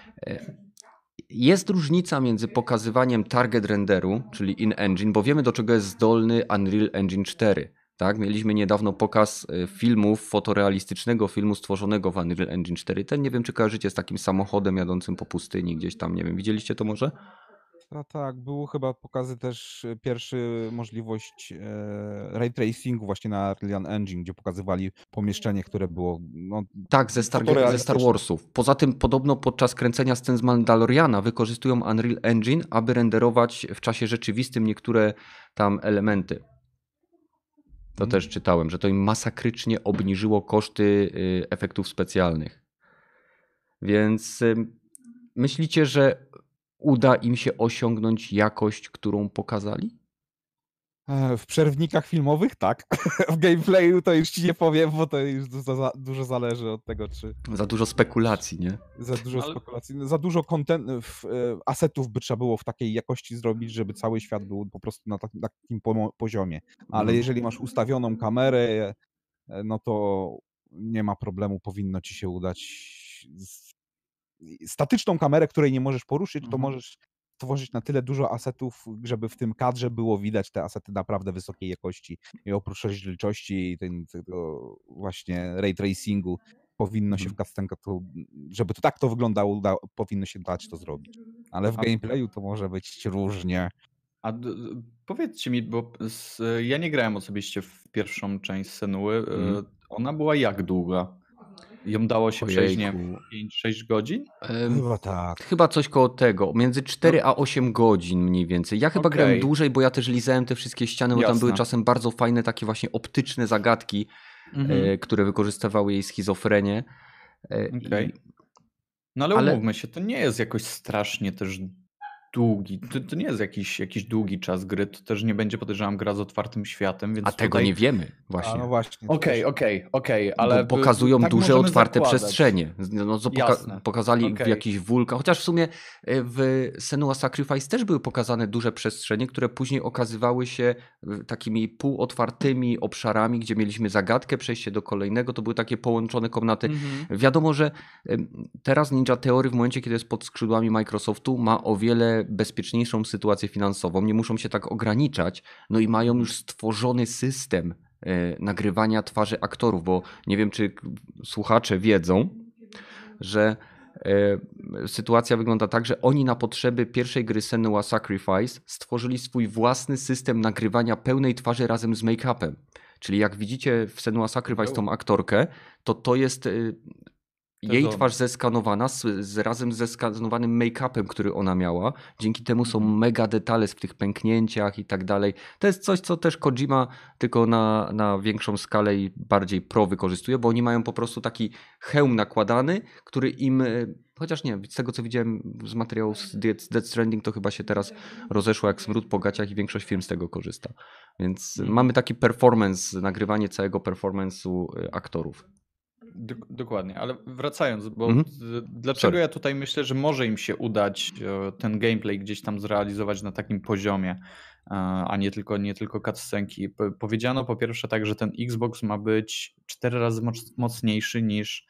Jest różnica między pokazywaniem target renderu, czyli in-engine, bo wiemy, do czego jest zdolny Unreal Engine cztery. Tak? Mieliśmy niedawno pokaz filmów, fotorealistycznego filmu stworzonego w Unreal Engine cztery. Ten, nie wiem, czy kojarzycie, z takim samochodem jadącym po pustyni gdzieś tam, nie wiem, widzieliście to może? A tak, było chyba pokazy też pierwszy możliwość e, ray tracingu właśnie na Unreal Engine, gdzie pokazywali pomieszczenie, które było... No, tak, ze Star, ze Star Warsów. Poza tym podobno podczas kręcenia scen z Mandaloriana wykorzystują Unreal Engine, aby renderować w czasie rzeczywistym niektóre tam elementy. To hmm. też czytałem, że to im masakrycznie obniżyło koszty y, efektów specjalnych. Więc y, myślicie, że uda im się osiągnąć jakość, którą pokazali? W przerwnikach filmowych tak. W gameplayu to już ci nie powiem, bo to już za, za, dużo zależy od tego, czy... Za dużo spekulacji, nie? Za dużo Ale... spekulacji. Za dużo content, w, asetów by trzeba było w takiej jakości zrobić, żeby cały świat był po prostu na takim, takim poziomie. Ale hmm. jeżeli masz ustawioną kamerę, no to nie ma problemu, powinno ci się udać. Statyczną kamerę, której nie możesz poruszyć, to mhm. możesz tworzyć na tyle dużo asetów, żeby w tym kadrze było widać te asety naprawdę wysokiej jakości. I oprócz rozdzielczości i ten, tego właśnie ray tracingu powinno się w cutscenkę, żeby to tak to wyglądało, da, powinno się dać to zrobić. Ale w gameplayu to może być różnie. A d- powiedzcie mi, bo z, ja nie grałem osobiście w pierwszą część Senuły. Mm. Ona była jak długa? Ją dało się Ojejku. przejść, nie wiem, pięć sześć godzin? Um, chyba tak. Chyba coś koło tego. Między cztery no. a osiem godzin mniej więcej. Ja chyba okay. grałem dłużej, bo ja też lizałem te wszystkie ściany, bo Jasne. tam były czasem bardzo fajne takie właśnie optyczne zagadki, mhm. e, które wykorzystywały jej schizofrenię. E, okay. i... No ale, ale umówmy się, to nie jest jakoś strasznie też długi. To, to nie jest jakiś, jakiś długi czas gry. To też nie będzie, podejrzewam, gra z otwartym światem. Więc A tego tutaj... nie wiemy właśnie. No właśnie. Okej, okej, okej, ale... Bo pokazują tak duże, otwarte zakładać. przestrzenie. No, co poka- pokazali okay. jakiś wulkan. Chociaż w sumie w Senua's Sacrifice też były pokazane duże przestrzenie, które później okazywały się takimi półotwartymi obszarami, gdzie mieliśmy zagadkę, przejście do kolejnego. To były takie połączone komnaty. Mm-hmm. Wiadomo, że teraz Ninja Theory w momencie, kiedy jest pod skrzydłami Microsoftu, ma o wiele trochę bezpieczniejszą sytuację finansową, nie muszą się tak ograniczać, no i mają już stworzony system nagrywania twarzy aktorów, bo nie wiem, czy słuchacze wiedzą, że sytuacja wygląda tak, że oni na potrzeby pierwszej gry Senua Sacrifice stworzyli swój własny system nagrywania pełnej twarzy razem z make-upem. Czyli jak widzicie w Senua Sacrifice tą aktorkę, to to jest jej twarz zeskanowana z, z razem ze skanowanym make-upem, który ona miała. Dzięki temu są mega detale w tych pęknięciach i tak dalej. To jest coś, co też Kojima tylko na, na większą skalę i bardziej pro wykorzystuje, bo oni mają po prostu taki hełm nakładany, który im, chociaż nie, z tego co widziałem z materiałów z Death Stranding, to chyba się teraz rozeszło jak smród po gaciach i większość firm z tego korzysta. Więc hmm. mamy taki performance, nagrywanie całego performance'u aktorów. Dokładnie, ale wracając, bo mhm. dlaczego Sorry. ja tutaj myślę, że może im się udać ten gameplay gdzieś tam zrealizować na takim poziomie, a nie tylko, nie tylko cutscenki. Powiedziano po pierwsze tak, że ten Xbox ma być cztery razy mocniejszy niż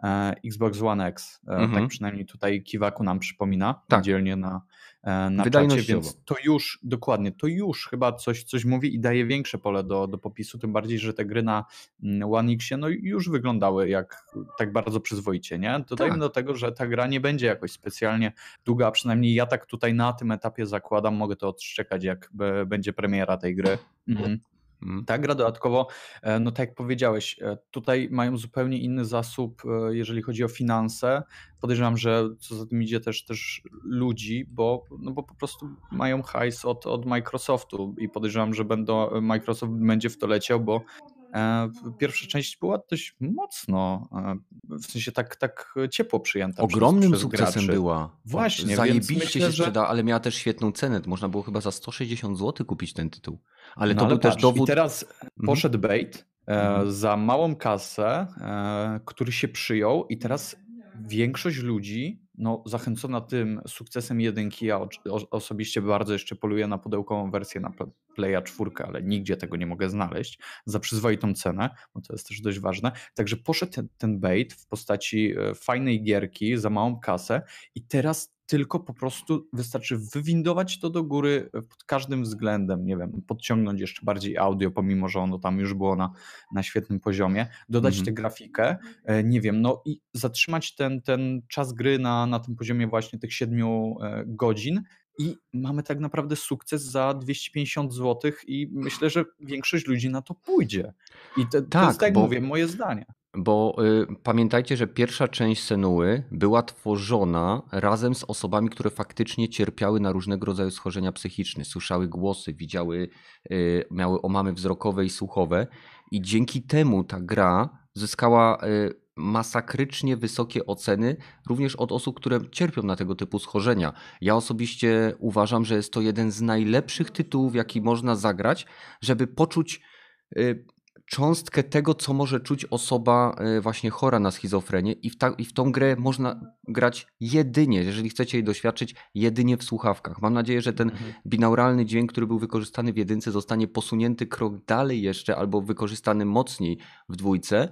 Xbox One X. Mhm. Tak przynajmniej tutaj Kiwaku nam przypomina tak. dzielnie na, na czacie, więc to już, dokładnie, to już chyba coś, coś mówi i daje większe pole do, do popisu, tym bardziej, że te gry na One Xie no już wyglądały jak tak bardzo przyzwoicie, nie? Dodajmy tak. do tego, że ta gra nie będzie jakoś specjalnie długa, a przynajmniej ja tak tutaj na tym etapie zakładam, mogę to odszczekać, jak będzie premiera tej gry. Mhm. Ta gra dodatkowo, no tak jak powiedziałeś, tutaj mają zupełnie inny zasób, jeżeli chodzi o finanse. Podejrzewam, że co za tym idzie też, też ludzi, bo, no bo po prostu mają hajs od, od Microsoftu i podejrzewam, że będą, Microsoft będzie w to leciał, bo pierwsza część była dość mocno, w sensie tak, tak ciepło przyjęta. Ogromnym przez, przez sukcesem graczy. była. Właśnie. Zajebiście myślę, się że... sprzedała, ale miała też świetną cenę. Można było chyba za sto sześćdziesiąt złotych kupić ten tytuł. Ale no to ale był patrz, też dowód... I teraz poszedł mhm. bait e, za małą kasę, e, który się przyjął i teraz większość ludzi no, zachęcona tym sukcesem jedynki, ja o, o, osobiście bardzo jeszcze poluję na pudełkową wersję na Playa cztery, ale nigdzie tego nie mogę znaleźć za przyzwoitą cenę, bo to jest też dość ważne. Także poszedł ten, ten bait w postaci fajnej gierki za małą kasę i teraz tylko po prostu wystarczy wywindować to do góry pod każdym względem, nie wiem, podciągnąć jeszcze bardziej audio, pomimo że ono tam już było na, na świetnym poziomie, dodać mhm. tę grafikę, nie wiem, no i zatrzymać ten, ten czas gry na, na tym poziomie właśnie tych siedmiu godzin i mamy tak naprawdę sukces za dwieście pięćdziesiąt złotych i myślę, że większość ludzi na to pójdzie. I te, tak, to jest, tak bo... mówię, moje zdanie. Bo y, pamiętajcie, że pierwsza część Senuły była tworzona razem z osobami, które faktycznie cierpiały na różnego rodzaju schorzenia psychiczne, słyszały głosy, widziały, y, miały omamy wzrokowe i słuchowe i dzięki temu ta gra zyskała y, masakrycznie wysokie oceny również od osób, które cierpią na tego typu schorzenia. Ja osobiście uważam, że jest to jeden z najlepszych tytułów, jaki można zagrać, żeby poczuć y, cząstkę tego, co może czuć osoba właśnie chora na schizofrenię i w, ta, i w tą grę można grać jedynie, jeżeli chcecie jej doświadczyć, jedynie w słuchawkach. Mam nadzieję, że ten mhm. binauralny dźwięk, który był wykorzystany w jedynce, zostanie posunięty krok dalej jeszcze albo wykorzystany mocniej w dwójce,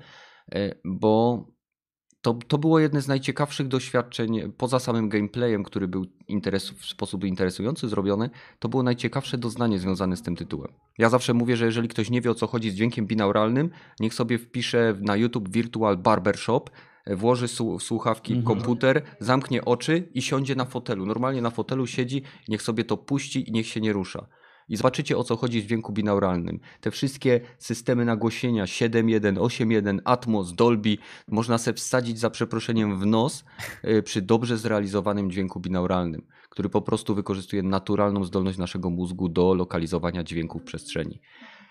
bo to, to było jedno z najciekawszych doświadczeń, poza samym gameplayem, który był interes, w sposób interesujący zrobiony, to było najciekawsze doznanie związane z tym tytułem. Ja zawsze mówię, że jeżeli ktoś nie wie, o co chodzi z dźwiękiem binauralnym, niech sobie wpisze na YouTube Virtual Barbershop, włoży słuchawki w mhm. komputer, zamknie oczy i siądzie na fotelu. Normalnie na fotelu siedzi, niech sobie to puści i niech się nie rusza. I zobaczycie, o co chodzi w dźwięku binauralnym. Te wszystkie systemy nagłośnienia siedem jeden, osiem jeden, Atmos, Dolby można sobie wsadzić za przeproszeniem w nos przy dobrze zrealizowanym dźwięku binauralnym, który po prostu wykorzystuje naturalną zdolność naszego mózgu do lokalizowania dźwięków w przestrzeni.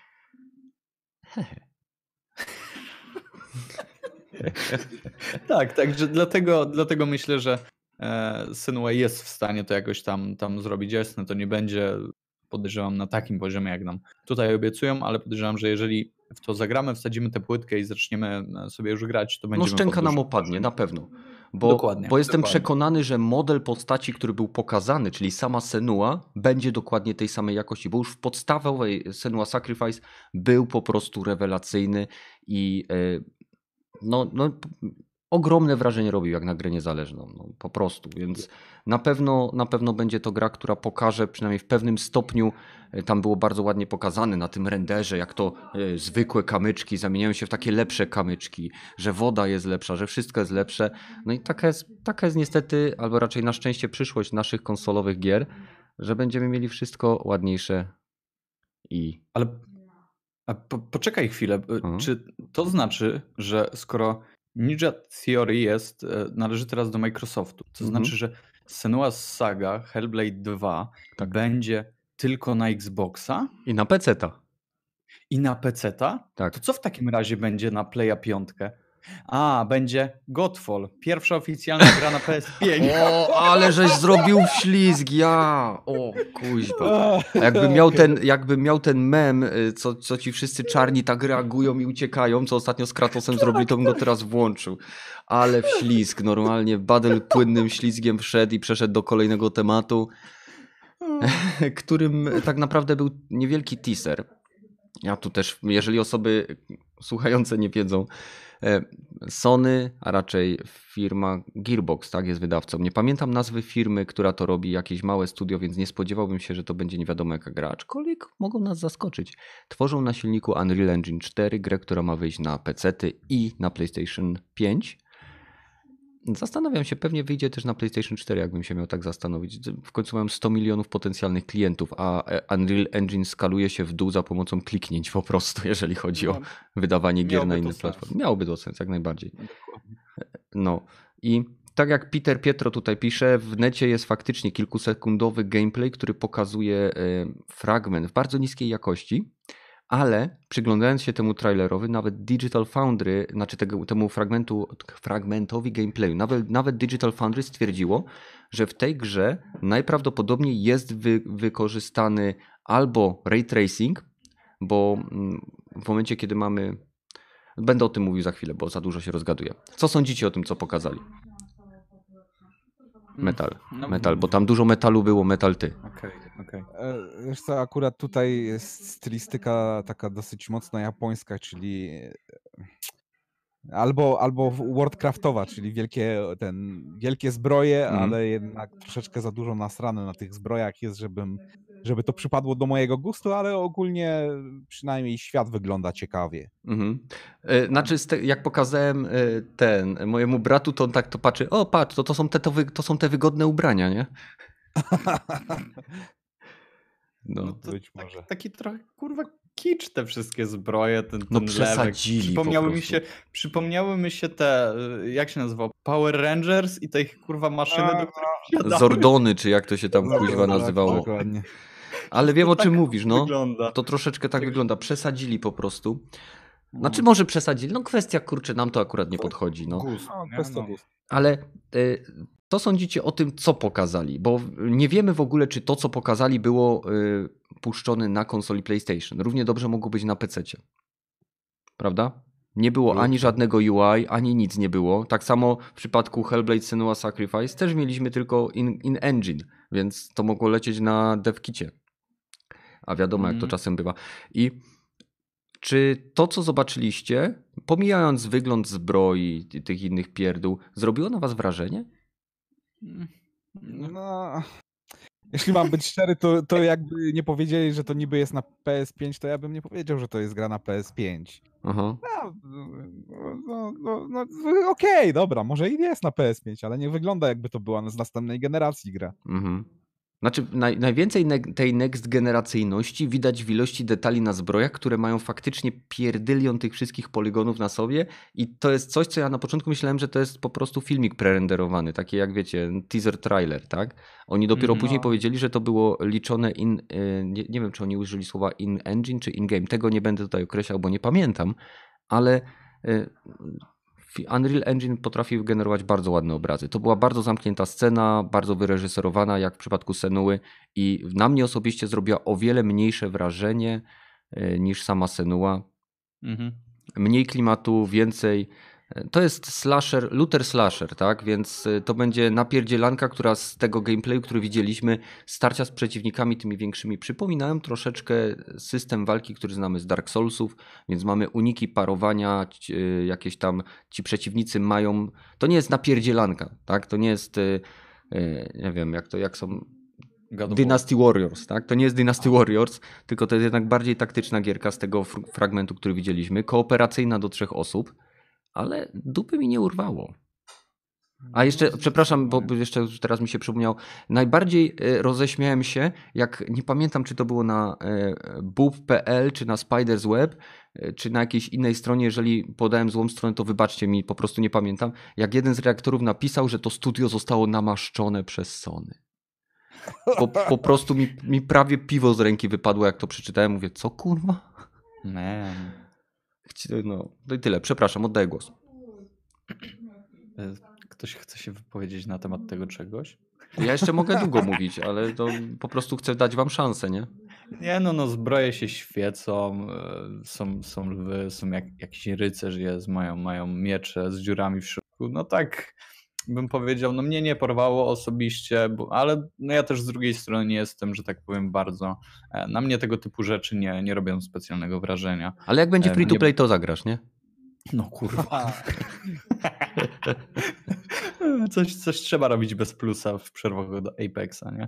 tak, także dlatego, dlatego myślę, że Senua jest w stanie to jakoś tam, tam zrobić. Jasne, to nie będzie... podejrzewam na takim poziomie, jak nam tutaj obiecują, ale podejrzewam, że jeżeli w to zagramy, wsadzimy tę płytkę i zaczniemy sobie już grać, to będziemy... No szczęka nam opadnie, na pewno. Bo, dokładnie, bo jestem dokładnie. przekonany, że model postaci, który był pokazany, czyli sama Senua, będzie dokładnie tej samej jakości, bo już w podstawowej Senua Sacrifice był po prostu rewelacyjny i no, no ogromne wrażenie robił jak na grę niezależną, no, po prostu, więc na pewno, na pewno będzie to gra, która pokaże przynajmniej w pewnym stopniu, tam było bardzo ładnie pokazane na tym renderze, jak to y, zwykłe kamyczki zamieniają się w takie lepsze kamyczki, że woda jest lepsza, że wszystko jest lepsze, no i taka jest, taka jest niestety, albo raczej na szczęście przyszłość naszych konsolowych gier, że będziemy mieli wszystko ładniejsze i... Ale a po, poczekaj chwilę, Mhm. czy to znaczy, że skoro Ninja Theory jest, należy teraz do Microsoftu, to Mhm. znaczy, że Senua's Saga Hellblade dwa Tak. będzie tylko na Xboxa I na peceta. i na peceta? Tak. To co w takim razie będzie na Playa pięć? A, będzie Godfall, pierwsza oficjalna gra na P S pięć. O, ale żeś zrobił ślizg, ja! O, kuźba. A jakby miał ten, jakby miał ten mem, y, co, co ci wszyscy czarni tak reagują i uciekają, co ostatnio z Kratosem zrobili, to bym go teraz włączył. Ale w ślizg, normalnie Badel płynnym ślizgiem wszedł i przeszedł do kolejnego tematu, którym tak naprawdę był niewielki teaser. Ja tu też, jeżeli osoby słuchające nie wiedzą, Sony, a raczej firma Gearbox, tak, jest wydawcą. Nie pamiętam nazwy firmy, która to robi, jakieś małe studio, więc nie spodziewałbym się, że to będzie nie wiadomo jaka gra, aczkolwiek mogą nas zaskoczyć. Tworzą na silniku Unreal Engine cztery grę, która ma wyjść na pecety i na PlayStation pięć. Zastanawiam się, pewnie wyjdzie też na PlayStation cztery, jakbym się miał tak zastanowić. W końcu mam sto milionów potencjalnych klientów, a Unreal Engine skaluje się w dół za pomocą kliknięć po prostu, jeżeli chodzi o wydawanie gier na inne platformy. Miałoby to sens, jak najbardziej. No i tak jak Peter Pietro tutaj pisze, w necie jest faktycznie kilkusekundowy gameplay, który pokazuje fragment w bardzo niskiej jakości, ale przyglądając się temu trailerowi, nawet Digital Foundry, znaczy tego, temu fragmentu, fragmentowi gameplayu, nawet, nawet Digital Foundry stwierdziło, że w tej grze najprawdopodobniej jest wy, wykorzystany albo ray tracing, bo w momencie, kiedy mamy... Będę o tym mówił za chwilę, bo za dużo się rozgaduję. Co sądzicie o tym, co pokazali? Metal, No, metal, bo tam dużo metalu było, metal ty. Okej, okej. E, Wiesz co, akurat tutaj jest stylistyka taka dosyć mocno japońska, czyli albo, albo Worldcraftowa, czyli wielkie, ten, wielkie zbroje, Mm. ale jednak troszeczkę za dużo nasrane na tych zbrojach jest, żebym, żeby to przypadło do mojego gustu, ale ogólnie przynajmniej świat wygląda ciekawie. Mhm. E, Znaczy, z te, jak pokazałem e, ten mojemu bratu, to on tak to patrzy, o patrz, to, to, są te, to, wy, to są te wygodne ubrania, nie? No, No to być tak, może. taki trochę, kurwa, kicz te wszystkie zbroje, ten, ten No lewek. przesadzili Przypomniały po mi prostu. się, przypomniały mi się te, y, jak się nazywało, Power Rangers i te ich, kurwa, maszyny, do których wsiadały. Zordony, czy jak to się tam No, kuźwa tak, nazywało. dokładnie. Ale wiem, To o czym tak mówisz, no. wygląda. To troszeczkę tak wygląda. Przesadzili po prostu. Znaczy, No. może przesadzili. No kwestia, kurczę, nam to akurat nie podchodzi, no. Gust, No, nie? kwestia No. gustu. Ale y, co sądzicie o tym, co pokazali? Bo nie wiemy w ogóle, czy to, co pokazali, było y, puszczone na konsoli PlayStation. Równie dobrze mogło być na pececie. Prawda? Nie było ani żadnego U I, ani nic nie było. Tak samo w przypadku Hellblade Senua's Sacrifice też mieliśmy tylko in, in engine, więc to mogło lecieć na devkicie. A wiadomo, jak to Mm. czasem bywa. I czy to, co zobaczyliście, pomijając wygląd zbroi i tych innych pierdół, zrobiło na was wrażenie? No, jeśli mam być szczery, to, to jakby nie powiedzieli, że to niby jest na P S pięć, to ja bym nie powiedział, że to jest gra na P S pięć. Aha. No, no, no, no, no okej, dobra, może i jest na P S pięć, ale nie wygląda jakby to była z następnej generacji gra. Mhm. Znaczy naj, najwięcej ne- tej next generacyjności widać w ilości detali na zbrojach, które mają faktycznie pierdylion tych wszystkich poligonów na sobie i to jest coś, co ja na początku myślałem, że to jest po prostu filmik prerenderowany, taki jak wiecie, teaser trailer, tak? Oni dopiero Mhm. później powiedzieli, że to było liczone in, y, nie, nie wiem, czy oni użyli słowa in engine czy in game, tego nie będę tutaj określał, bo nie pamiętam, ale y, Unreal Engine potrafi generować bardzo ładne obrazy. To była bardzo zamknięta scena, bardzo wyreżyserowana, jak w przypadku Senuły i na mnie osobiście zrobiła o wiele mniejsze wrażenie y, niż sama Senua. Mhm. Mniej klimatu, więcej To jest slasher, looter slasher, tak? Więc to będzie napierdzielanka, która z tego gameplayu, który widzieliśmy, starcia z przeciwnikami tymi większymi, przypominają troszeczkę system walki, który znamy z Dark Soulsów, więc mamy uniki, parowania, jakieś tam ci przeciwnicy mają... To nie jest napierdzielanka, tak? To nie jest, nie wiem, jak to, jak są... Dynasty Warriors, tak? To nie jest Dynasty Warriors, tylko to jest jednak bardziej taktyczna gierka z tego fragmentu, który widzieliśmy, kooperacyjna do trzech osób. Ale dupy mi nie urwało. A jeszcze, przepraszam, bo jeszcze teraz mi się przypomniał, najbardziej roześmiałem się, jak nie pamiętam, czy to było na bub kropka p l, czy na Spider's Web, czy na jakiejś innej stronie, jeżeli podałem złą stronę, to wybaczcie mi, po prostu nie pamiętam, jak jeden z redaktorów napisał, że to studio zostało namaszczone przez Sony. Po, po prostu mi, mi prawie piwo z ręki wypadło, jak to przeczytałem, mówię, co kurwa? Man. No, to i tyle, przepraszam, oddaję głos. Ktoś chce się wypowiedzieć na temat tego czegoś? Ja jeszcze mogę długo mówić, ale to po prostu chcę dać wam szansę, nie? Nie no, no zbroje się świecą, są, są lwy, są jak, jakiś rycerz jest, mają, mają miecze z dziurami w środku. No tak bym powiedział, no mnie nie porwało osobiście, bo, ale no ja też z drugiej strony nie jestem, że tak powiem, bardzo... Na mnie tego typu rzeczy nie, nie robią specjalnego wrażenia. Ale jak będzie free to play, to zagrasz, nie? No kurwa. coś, coś trzeba robić bez plusa w przerwach do Apexa, nie?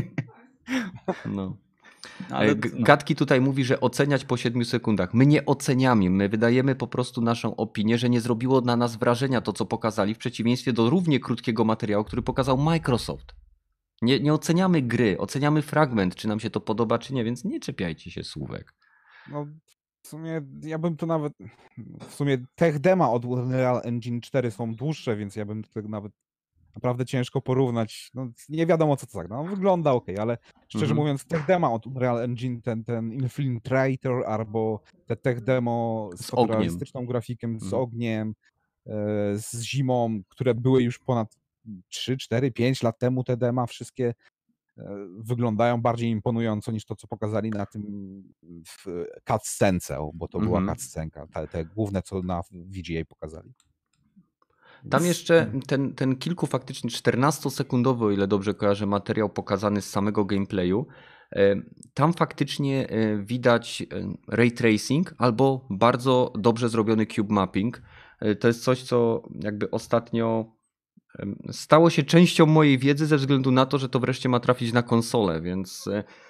No. Ale Gadki tutaj mówi, że oceniać po siedmiu sekundach. My nie oceniamy, my wydajemy po prostu naszą opinię, że nie zrobiło na nas wrażenia to, co pokazali, w przeciwieństwie do równie krótkiego materiału, który pokazał Microsoft. Nie, nie oceniamy gry, oceniamy fragment, czy nam się to podoba, czy nie, więc nie czepiajcie się słówek. No w sumie ja bym to nawet, w sumie tech dema od Unreal Engine cztery są dłuższe, więc ja bym to nawet naprawdę ciężko porównać. No, nie wiadomo co to tak. No, wygląda ok, ale szczerze mhm. mówiąc, tech demo od Unreal Engine, ten, ten Infiltrator albo te tech demo z, z fotorealistyczną grafiką, z mhm. ogniem, e, z zimą, które były już ponad trzy, cztery, pięć lat temu, te dema wszystkie e, wyglądają bardziej imponująco niż to, co pokazali na tym w cutscence, bo to mhm. była cutscenka, te, te główne, co na V G A pokazali. Tam jeszcze ten, ten kilku faktycznie czternastosekundowy, o ile dobrze kojarzę, materiał pokazany z samego gameplayu. Tam faktycznie widać ray tracing albo bardzo dobrze zrobiony cube mapping. To jest coś, co jakby ostatnio stało się częścią mojej wiedzy ze względu na to, że to wreszcie ma trafić na konsolę, więc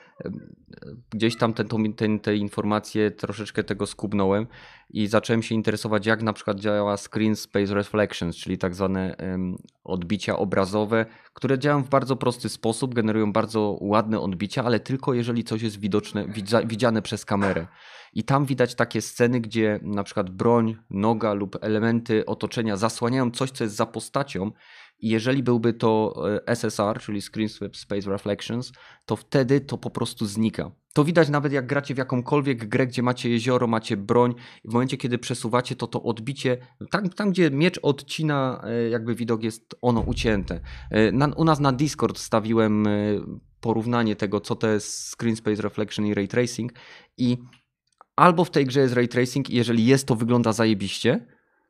gdzieś tam te, te, te informacje troszeczkę tego skubnąłem i zacząłem się interesować, jak na przykład działa Screen Space Reflections, czyli tak zwane um, odbicia obrazowe, które działają w bardzo prosty sposób, generują bardzo ładne odbicia, ale tylko jeżeli coś jest widoczne, widza, widziane przez kamerę. I tam widać takie sceny, gdzie na przykład broń, noga lub elementy otoczenia zasłaniają coś, co jest za postacią. I jeżeli byłby to S S R, czyli Screen Space Reflections, to wtedy to po prostu znika. To widać nawet jak gracie w jakąkolwiek grę, gdzie macie jezioro, macie broń i w momencie, kiedy przesuwacie, to to odbicie, tam, tam gdzie miecz odcina jakby widok, jest ono ucięte. Na, u nas na Discord wstawiłem porównanie tego, co to jest Screen Space Reflection i Ray Tracing i albo w tej grze jest Ray Tracing i jeżeli jest, to wygląda zajebiście,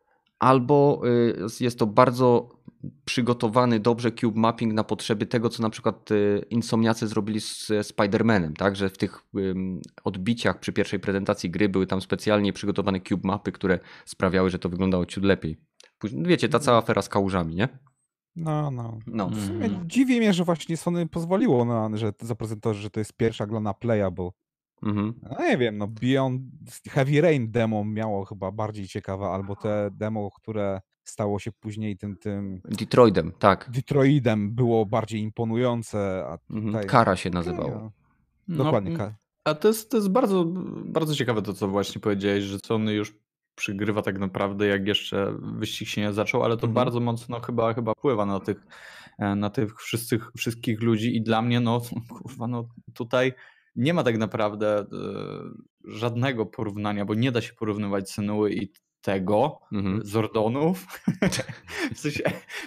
albo jest to bardzo przygotowany dobrze cube mapping na potrzeby tego, co na przykład Insomniacy zrobili z Spider-Manem, tak, że w tych odbiciach przy pierwszej prezentacji gry były tam specjalnie przygotowane cube mapy, które sprawiały, że to wyglądało ciut lepiej. Później, wiecie, ta cała afera z kałużami, nie? No, no. no. W sumie dziwi mnie, że właśnie Sony pozwoliło na, że zaprezentować, że to jest pierwsza gra na Playa, bo mhm. no nie wiem, no Beyond Heavy Rain demo miało chyba bardziej ciekawe, albo te demo, które stało się później tym tym Detroitem, tak. Detroitem było bardziej imponujące, a tutaj... Mhm. Kara się nazywało. No, dokładnie. No, a to jest, to jest bardzo, bardzo ciekawe to, co właśnie powiedziałeś, że Sony już przygrywa tak naprawdę, jak jeszcze wyścig się nie zaczął, ale to mhm. bardzo mocno chyba, chyba wpływa na tych, na tych wszystkich, wszystkich ludzi i dla mnie, no kurwa, no tutaj nie ma tak naprawdę e, żadnego porównania, bo nie da się porównywać Senuły i tego, mhm. Zordonów. W sensie,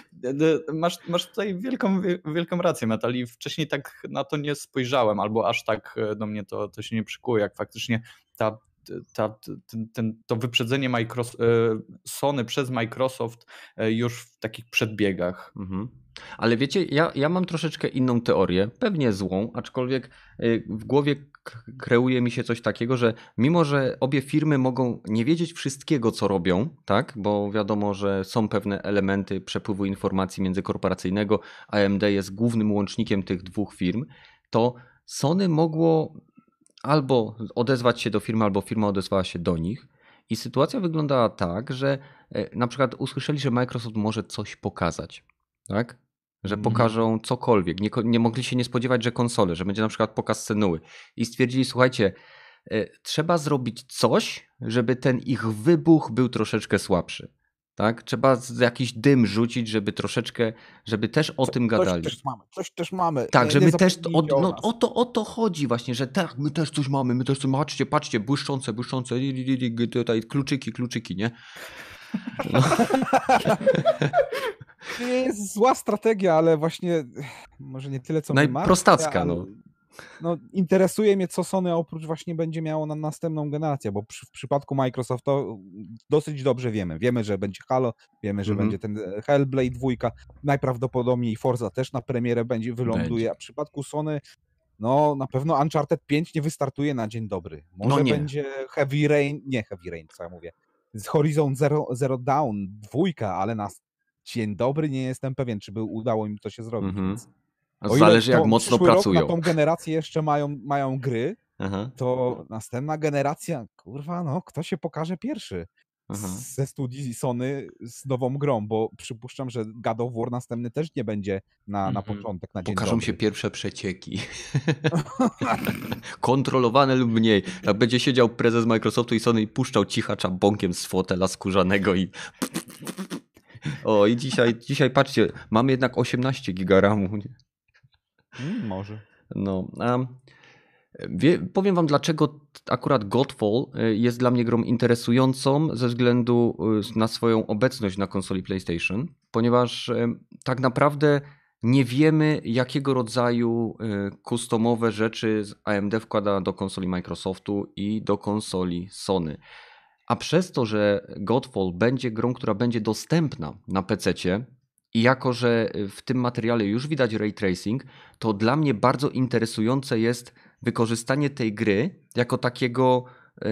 masz, masz tutaj wielką, wielką rację, Metal, i wcześniej tak na to nie spojrzałem, albo aż tak do mnie to, to się nie przykuło, jak faktycznie ta ta, ten, ten, to wyprzedzenie Microsoft, Sony przez Microsoft już w takich przedbiegach. Mhm. Ale wiecie, ja, ja mam troszeczkę inną teorię, pewnie złą, aczkolwiek w głowie kreuje mi się coś takiego, że mimo, że obie firmy mogą nie wiedzieć wszystkiego, co robią, tak, bo wiadomo, że są pewne elementy przepływu informacji międzykorporacyjnego, A M D jest głównym łącznikiem tych dwóch firm, to Sony mogło albo odezwać się do firmy, albo firma odezwała się do nich. I sytuacja wyglądała tak, że na przykład usłyszeli, że Microsoft może coś pokazać, tak? Że pokażą cokolwiek. Nie, nie mogli się nie spodziewać, że konsole, że będzie na przykład pokaz Senuły. I stwierdzili, słuchajcie, trzeba zrobić coś, żeby ten ich wybuch był troszeczkę słabszy. Tak? Trzeba jakiś dym rzucić, żeby troszeczkę, żeby też o Co, tym gadali. Coś też mamy, coś też mamy. Tak, nie, że my też, o, no, o, to, o to chodzi właśnie, że tak, my też coś mamy, my też coś, patrzcie, patrzcie, błyszczące, błyszczące, tutaj kluczyki, kluczyki, nie? No. To nie jest zła strategia, ale właśnie może nie tyle co my Najprostacka, no. No, interesuje mnie, co Sony oprócz właśnie będzie miało na następną generację, bo przy, w przypadku Microsoftu dosyć dobrze wiemy. Wiemy, że będzie Halo, wiemy, że mhm. będzie ten Hellblade dwa, najprawdopodobniej Forza też na premierę będzie, wyląduje, będzie. A w przypadku Sony no na pewno Uncharted pięć nie wystartuje na dzień dobry. Może no będzie Heavy Rain, nie Heavy Rain, co ja mówię, z Horizon Zero, Zero Dawn dwójka, ale na dzień dobry nie jestem pewien, czy by udało im to się zrobić, mhm. więc O Zależy jak mocno pracują. Rok na tą generację jeszcze mają, mają gry, Aha. to następna generacja, kurwa, no kto się pokaże pierwszy Aha. ze studii Sony z nową grą, bo przypuszczam, że God of War następny też nie będzie na, na początek, na dzień Pokażą dobry. się pierwsze przecieki. Kontrolowane lub mniej. Jak będzie siedział prezes Microsoftu i Sony i puszczał cichacza bąkiem z fotela skórzanego i... O i dzisiaj, dzisiaj patrzcie, mamy jednak osiemnaście giga ramu, nie? Hmm, może. No, a wie, powiem wam, dlaczego akurat Godfall jest dla mnie grą interesującą ze względu na swoją obecność na konsoli PlayStation, ponieważ tak naprawdę nie wiemy, jakiego rodzaju customowe rzeczy A M D wkłada do konsoli Microsoftu i do konsoli Sony. A przez to, że Godfall będzie grą, która będzie dostępna na pececie, i jako, że w tym materiale już widać ray tracing, to dla mnie bardzo interesujące jest wykorzystanie tej gry jako takiego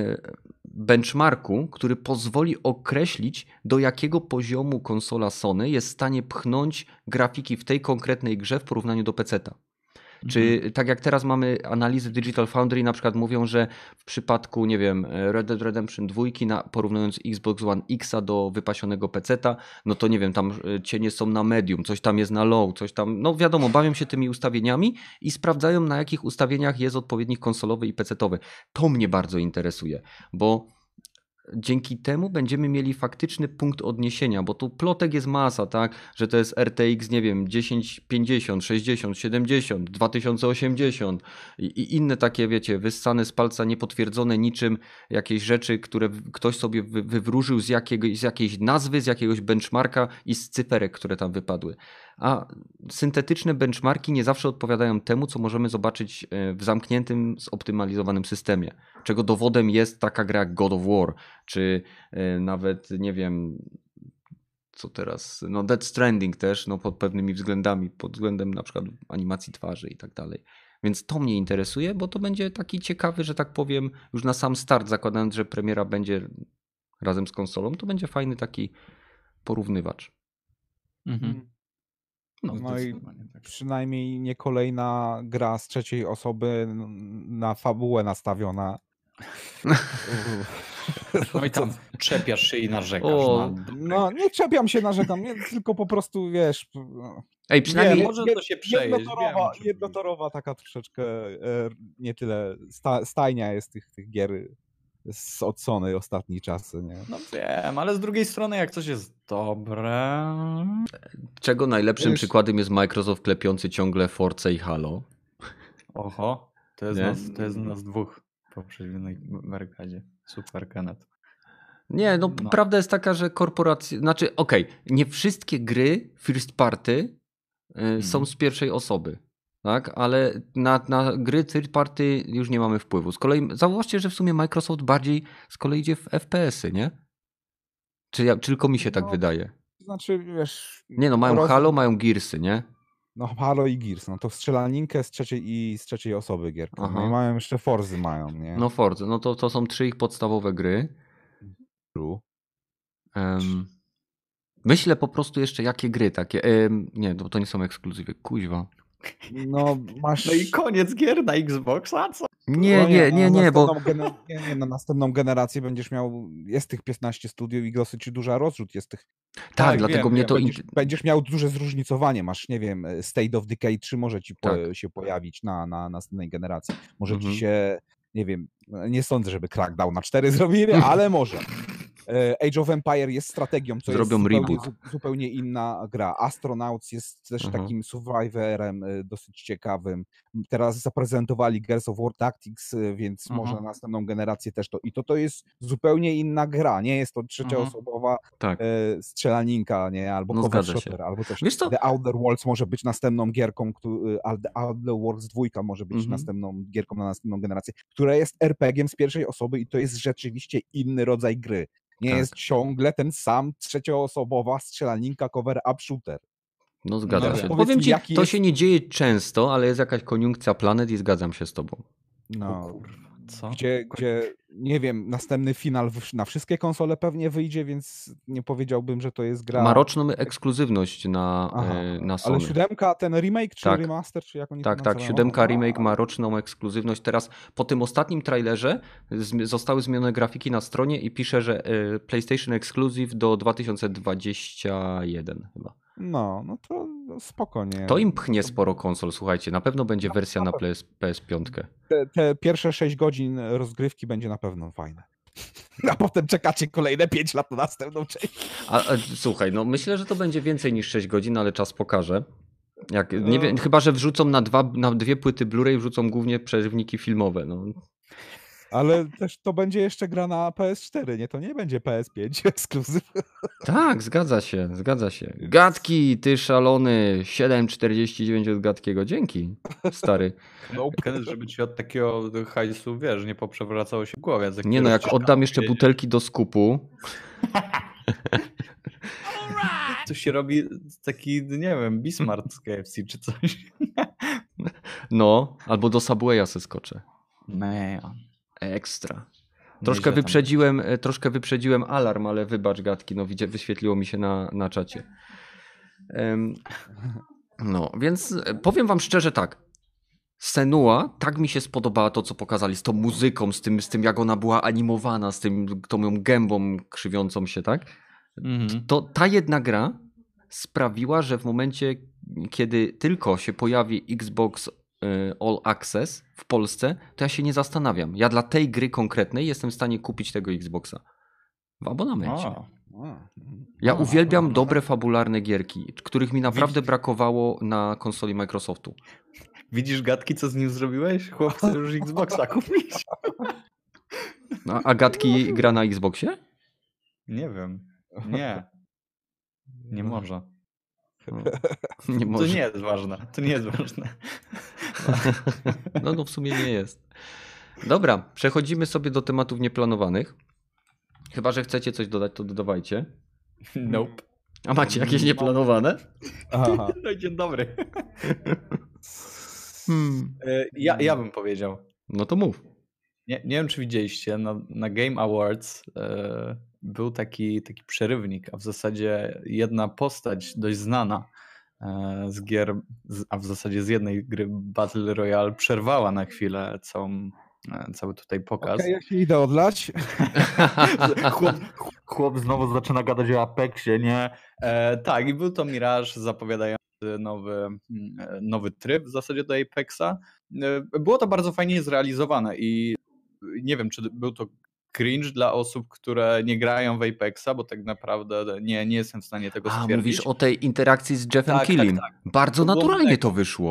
benchmarku, który pozwoli określić, do jakiego poziomu konsola Sony jest w stanie pchnąć grafiki w tej konkretnej grze w porównaniu do peceta. Czy mhm. tak jak teraz mamy analizy Digital Foundry, na przykład mówią, że w przypadku, nie wiem, Red Dead Redemption dwa, na, porównując Xbox One X do wypasionego peceta, no to nie wiem, tam cienie są na medium, coś tam jest na low, coś tam, no wiadomo, bawią się tymi ustawieniami i sprawdzają, na jakich ustawieniach jest odpowiednik konsolowy i pecetowy. To mnie bardzo interesuje, bo dzięki temu będziemy mieli faktyczny punkt odniesienia, bo tu plotek jest masa, tak, że to jest R T X, nie wiem, tysiąc pięćdziesiąt, sześćdziesiąt, siedemdziesiąt, dwa tysiące osiemdziesiąt i, i inne takie, wiecie, wyssane z palca, niepotwierdzone niczym jakieś rzeczy, które ktoś sobie wy, wywróżył z, jakiegoś, z jakiejś nazwy, z jakiegoś benchmarka i z cyferek, które tam wypadły. A syntetyczne benchmarki nie zawsze odpowiadają temu, co możemy zobaczyć w zamkniętym, zoptymalizowanym systemie. Czego dowodem jest taka gra jak God of War, czy nawet, nie wiem, co teraz, no Death Stranding też, no pod pewnymi względami, pod względem na przykład animacji twarzy i tak dalej. Więc to mnie interesuje, bo to będzie taki ciekawy, że tak powiem, już na sam start, zakładając, że premiera będzie razem z konsolą, to będzie fajny taki porównywacz. Mhm. No, no i tak. Przynajmniej nie kolejna gra z trzeciej osoby na fabułę nastawiona. No i tam czepiasz się i narzekasz. O, na... No nie czepiam się, narzekam, nie, tylko po prostu wiesz... Ej, przynajmniej nie, może to się przejeść. Jednotorowa, wiem, jednotorowa taka troszeczkę nie tyle sta, stajnia jest tych, tych gier z od Sony ostatnie czasy, nie? No wiem, ale z drugiej strony jak coś jest dobre... Czego najlepszym Wiesz... przykładem jest Microsoft klepiący ciągle Forza i Halo. Oho, to jest, nas, to jest nas dwóch po przeciwnej Mercadzie. Super, Kenneth. Nie, no, no prawda jest taka, że korporacje... Znaczy, okej, okay, nie wszystkie gry first party y, hmm. są z pierwszej osoby. tak, ale na, na gry third party już nie mamy wpływu. Z kolei zauważcie, że w sumie Microsoft bardziej z kolei idzie w F P S-y, nie? Czy, ja, czy tylko mi się tak No, wydaje? Znaczy, wiesz... Nie no, mają roz... Halo, mają Gearsy, nie? No Halo i Gears, no to strzelaninkę z trzeciej i z trzeciej osoby gierkę. No i mają jeszcze Forzy mają, nie? No Forza, no to, to są trzy ich podstawowe gry. True. Um, myślę po prostu jeszcze jakie gry takie. Um, nie, to, to nie są ekskluzywy, kuźwa. No masz... No i koniec gier na Xboxa, co? Nie, No nie, nie, nie, bo... Gener... Nie, nie, na następną generację będziesz miał, jest tych piętnaście studiów i dosyć duża rozrzut jest tych. Tak, tak dlatego wiem, mnie wiem. to... Będziesz, będziesz miał duże zróżnicowanie, masz, nie wiem, State of Decay trzy może ci po, tak. się pojawić na, na następnej generacji. Może mhm. ci się, nie wiem, nie sądzę, żeby Crackdown na cztery zrobili, ale może. Age of Empire jest strategią, co Zrobią jest zupełnie, reboot. zupełnie inna gra. Astronauts jest też mhm. takim survivorem dosyć ciekawym. Teraz zaprezentowali Gears of War Tactics, więc mhm. może na następną generację też to. I to to jest zupełnie inna gra. Nie jest to trzecioosobowa mhm. tak. strzelaninka, nie? Albo no, cover shooter, albo coś. Wiesz co? The Outer Worlds może być następną gierką, The Outer Worlds dwa może być mhm. następną gierką na następną generację, która jest er pe giem z pierwszej osoby i to jest rzeczywiście inny rodzaj gry. Nie tak. jest ciągle ten sam trzecioosobowa strzelaninka cover up shooter. No zgadza no, się. Powiem ci, to jest... się nie dzieje często, ale jest jakaś koniunkcja planet i zgadzam się z tobą. No, kurwa, co? Gdzie, gdzie, nie wiem, następny final na wszystkie konsole pewnie wyjdzie, więc nie powiedziałbym, że to jest gra... Ma roczną ekskluzywność na, Aha, na Sony. Ale siódemka, ten remake, czy tak. remaster, czy jak oni Tak, to tak, siódemka remake ma roczną ekskluzywność. Teraz po tym ostatnim trailerze zostały zmienione grafiki na stronie i pisze, że PlayStation Exclusive do dwa tysiące dwudziestego pierwszego chyba. No, no to spokojnie. To im pchnie sporo konsol, słuchajcie. Na pewno będzie wersja na P S, P S pięć. Te, te pierwsze sześć godzin rozgrywki będzie na pewno fajne. A potem czekacie kolejne pięć lat na następną część. A, a, słuchaj, no myślę, że to będzie więcej niż sześć godzin, ale czas pokaże. Jak, nie wiem, chyba że wrzucą na, dwa, na dwie płyty Blu-ray, wrzucą głównie przerywniki filmowe. No. Ale też to będzie jeszcze gra na P S cztery, nie? To nie będzie P S pięć ekskluzyw. Tak, zgadza się, zgadza się. Gadki, ty szalony, siedem czterdzieści dziewięć od Gadkiego. Dzięki, stary. No, żeby ci od takiego hajsu, wiesz, nie poprzewracało się w głowie. Nie no, jak oddam jeszcze wiedzieć. butelki do skupu. To się robi taki, nie wiem, Bismarck z K F C czy coś. No, albo do Subwaya se skoczę. Man. Ekstra. Troszkę wyprzedziłem, troszkę wyprzedziłem alarm, ale wybacz Gadki, no wyświetliło mi się na, na czacie. Um, no, więc powiem wam szczerze tak. Senua, tak mi się spodobała to, co pokazali, z tą muzyką, z tym, z tym jak ona była animowana, z tym, tą ją gębą krzywiącą się, tak? Mm-hmm. To ta jedna gra sprawiła, że w momencie, kiedy tylko się pojawi Xbox All Access w Polsce, to ja się nie zastanawiam. Ja dla tej gry konkretnej jestem w stanie kupić tego Xboxa w abonamencie. A, a, ja a, uwielbiam a, dobre fabularne gierki, których mi naprawdę Widzisz? brakowało na konsoli Microsoftu. Widzisz Gadki, co z nim zrobiłeś? Chłopcy już Xboxa kupić. No, a Gadki gra na Xboxie? Nie wiem. Nie. Nie może. No, nie może. To nie jest ważne. To nie jest ważne. No, no w sumie nie jest. Dobra, przechodzimy sobie do tematów nieplanowanych. Chyba że chcecie coś dodać, to dodawajcie. Nope. A macie jakieś nieplanowane? Aha. No dzień dobry. Hmm. Ja, ja bym powiedział. No to mów. Nie, nie wiem, czy widzieliście, na, na Game Awards e, był taki, taki przerywnik, a w zasadzie jedna postać dość znana e, z gier, z, a w zasadzie z jednej gry Battle Royale przerwała na chwilę całą, e, cały tutaj pokaz. Okay, ja się idę odlać. chłop, chłop znowu zaczyna gadać o Apexie, nie? E, tak, i był to Mirage zapowiadający nowy, nowy tryb w zasadzie do Apexa. E, było to bardzo fajnie zrealizowane i nie wiem, czy był to cringe dla osób, które nie grają w Apexa, bo tak naprawdę nie, nie jestem w stanie tego A, stwierdzić. mówisz o tej interakcji z Jeffem tak, Killim. Tak, tak. Bardzo to naturalnie to wyszło.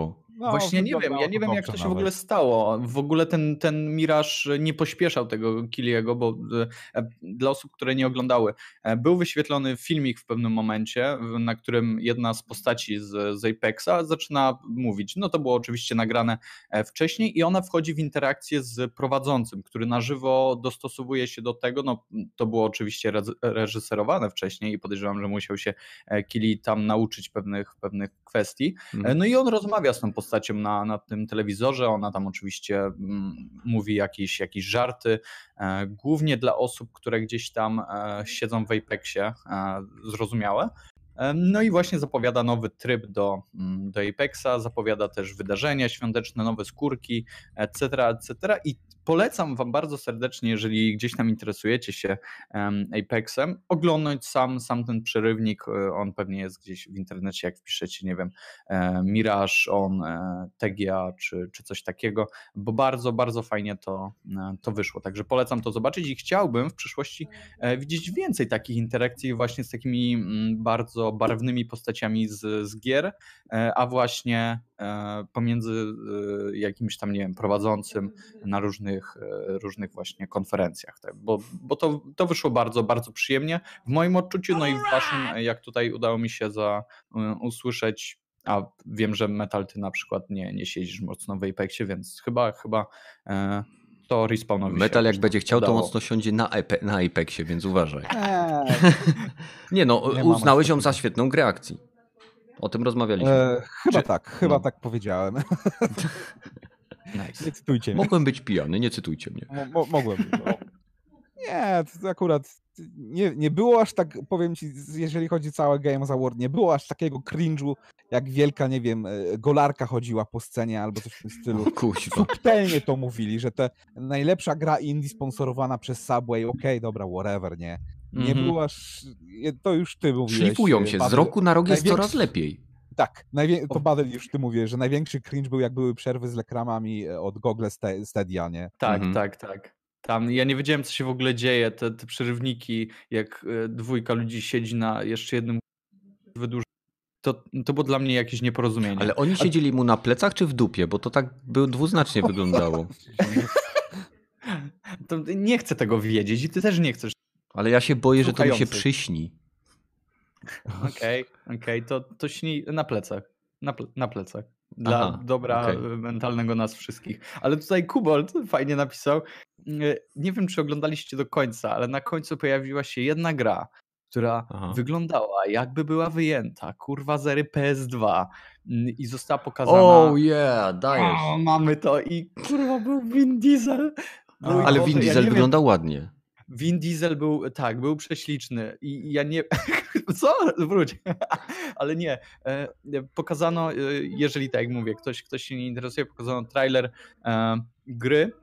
No, Właśnie nie wiem, ja wyglądało nie to wiem jak dobrze to się w ogóle nawet. stało. W ogóle ten, ten Mirage nie pośpieszał tego Killiego, bo e, dla osób, które nie oglądały, e, był wyświetlony filmik w pewnym momencie, w- na którym jedna z postaci z, z Apexa zaczyna mówić. No to było oczywiście nagrane e, wcześniej i ona wchodzi w interakcję z prowadzącym, który na żywo dostosowuje się do tego. No to było oczywiście re- reżyserowane wcześniej i podejrzewam, że musiał się e, Killy tam nauczyć pewnych, pewnych kwestii. E, Mhm. No i on rozmawia z tą postacią na, na tym telewizorze, ona tam oczywiście mm, mówi jakieś, jakieś żarty, e, głównie dla osób, które gdzieś tam e, siedzą w Apexie, e, zrozumiałe. E, No i właśnie zapowiada nowy tryb do, mm, do Apexa, zapowiada też wydarzenia świąteczne, nowe skórki, et cetera, et cetera. I polecam wam bardzo serdecznie, jeżeli gdzieś tam interesujecie się em, Apexem, oglądać sam, sam ten przerywnik, e, on pewnie jest gdzieś w internecie, jak wpiszecie, nie wiem, e, Mirage on e, T G A czy, czy coś takiego, bo bardzo, bardzo fajnie to, e, to wyszło. Także polecam to zobaczyć i chciałbym w przyszłości e, widzieć więcej takich interakcji właśnie z takimi mm, bardzo barwnymi postaciami z, z gier, e, a właśnie e, pomiędzy e, jakimś tam, nie wiem, prowadzącym na różnych, e, różnych właśnie konferencjach, tak? Bo, bo to, to wyszło bardzo, bardzo przyjemnie w moim odczuciu, no i w waszym, e, jak tutaj udało mi się za, e, usłyszeć. A wiem, że Metal, ty na przykład nie, nie siedzisz mocno w Apexie, więc chyba, chyba e, to respawnowi się Metal jak jakoś będzie tam chciał, to udało. mocno siądzie na, Epe, na Apexie, więc uważaj. Eee, Nie no, nie mam uznałeś aż ją za takiego. świetną grę akcji. O tym rozmawialiśmy. E, chyba Czy- tak, chyba no. tak powiedziałem. Nice. Nie cytujcie mnie. Mogłem być pijany, nie cytujcie mnie. Mo, mo, mogłem. No. Nie, to akurat nie, nie było aż tak, powiem ci, z- jeżeli chodzi o całe Games Award, nie było aż takiego cringe'u, jak wielka, nie wiem, e, golarka chodziła po scenie albo coś w tym stylu. O kuźwa. Subtelnie to mówili, że to najlepsza gra indie sponsorowana przez Subway, okej, dobra, whatever, nie. Nie Mhm. było aż, je- to już ty mówiłeś. Szlifują e, się, z Badyl. roku na rok jest Największy- coraz lepiej. Tak, najwię- to Badel już ty mówisz, że największy cringe był, jak były przerwy z reklamami e, od Google Sta- Stadia, nie? Tak, Mhm. tak, tak. Tam ja nie wiedziałem, co się w ogóle dzieje, te, te przerywniki, jak e, dwójka ludzi siedzi na jeszcze jednym wydłuż. To, to było dla mnie jakieś nieporozumienie. Ale oni siedzieli mu na plecach czy w dupie? Bo to tak by dwuznacznie wyglądało. To nie chcę tego wiedzieć i ty też nie chcesz. Ale ja się boję, że to mi się Słuchających. przyśni. Okej, okej, to, to śni na plecach. Na, ple, na plecach. Dla Aha, dobra okej. mentalnego nas wszystkich. Ale tutaj Kubold fajnie napisał. e, Nie wiem, czy oglądaliście do końca, ale na końcu pojawiła się jedna gra, która Aha. wyglądała jakby była wyjęta, kurwa, z ery P S dwa mm, i została pokazana. Oh yeah, dajesz. O, mamy to i kurwa był Vin Diesel. Mój Ale Boże, Vin ja Diesel nie wiem, wyglądał ładnie. Vin Diesel był, tak, był prześliczny i i ja nie... Co? Wróć. Ale nie. e, Pokazano, e, jeżeli tak jak mówię, ktoś, ktoś się nie interesuje, pokazano trailer e, gry,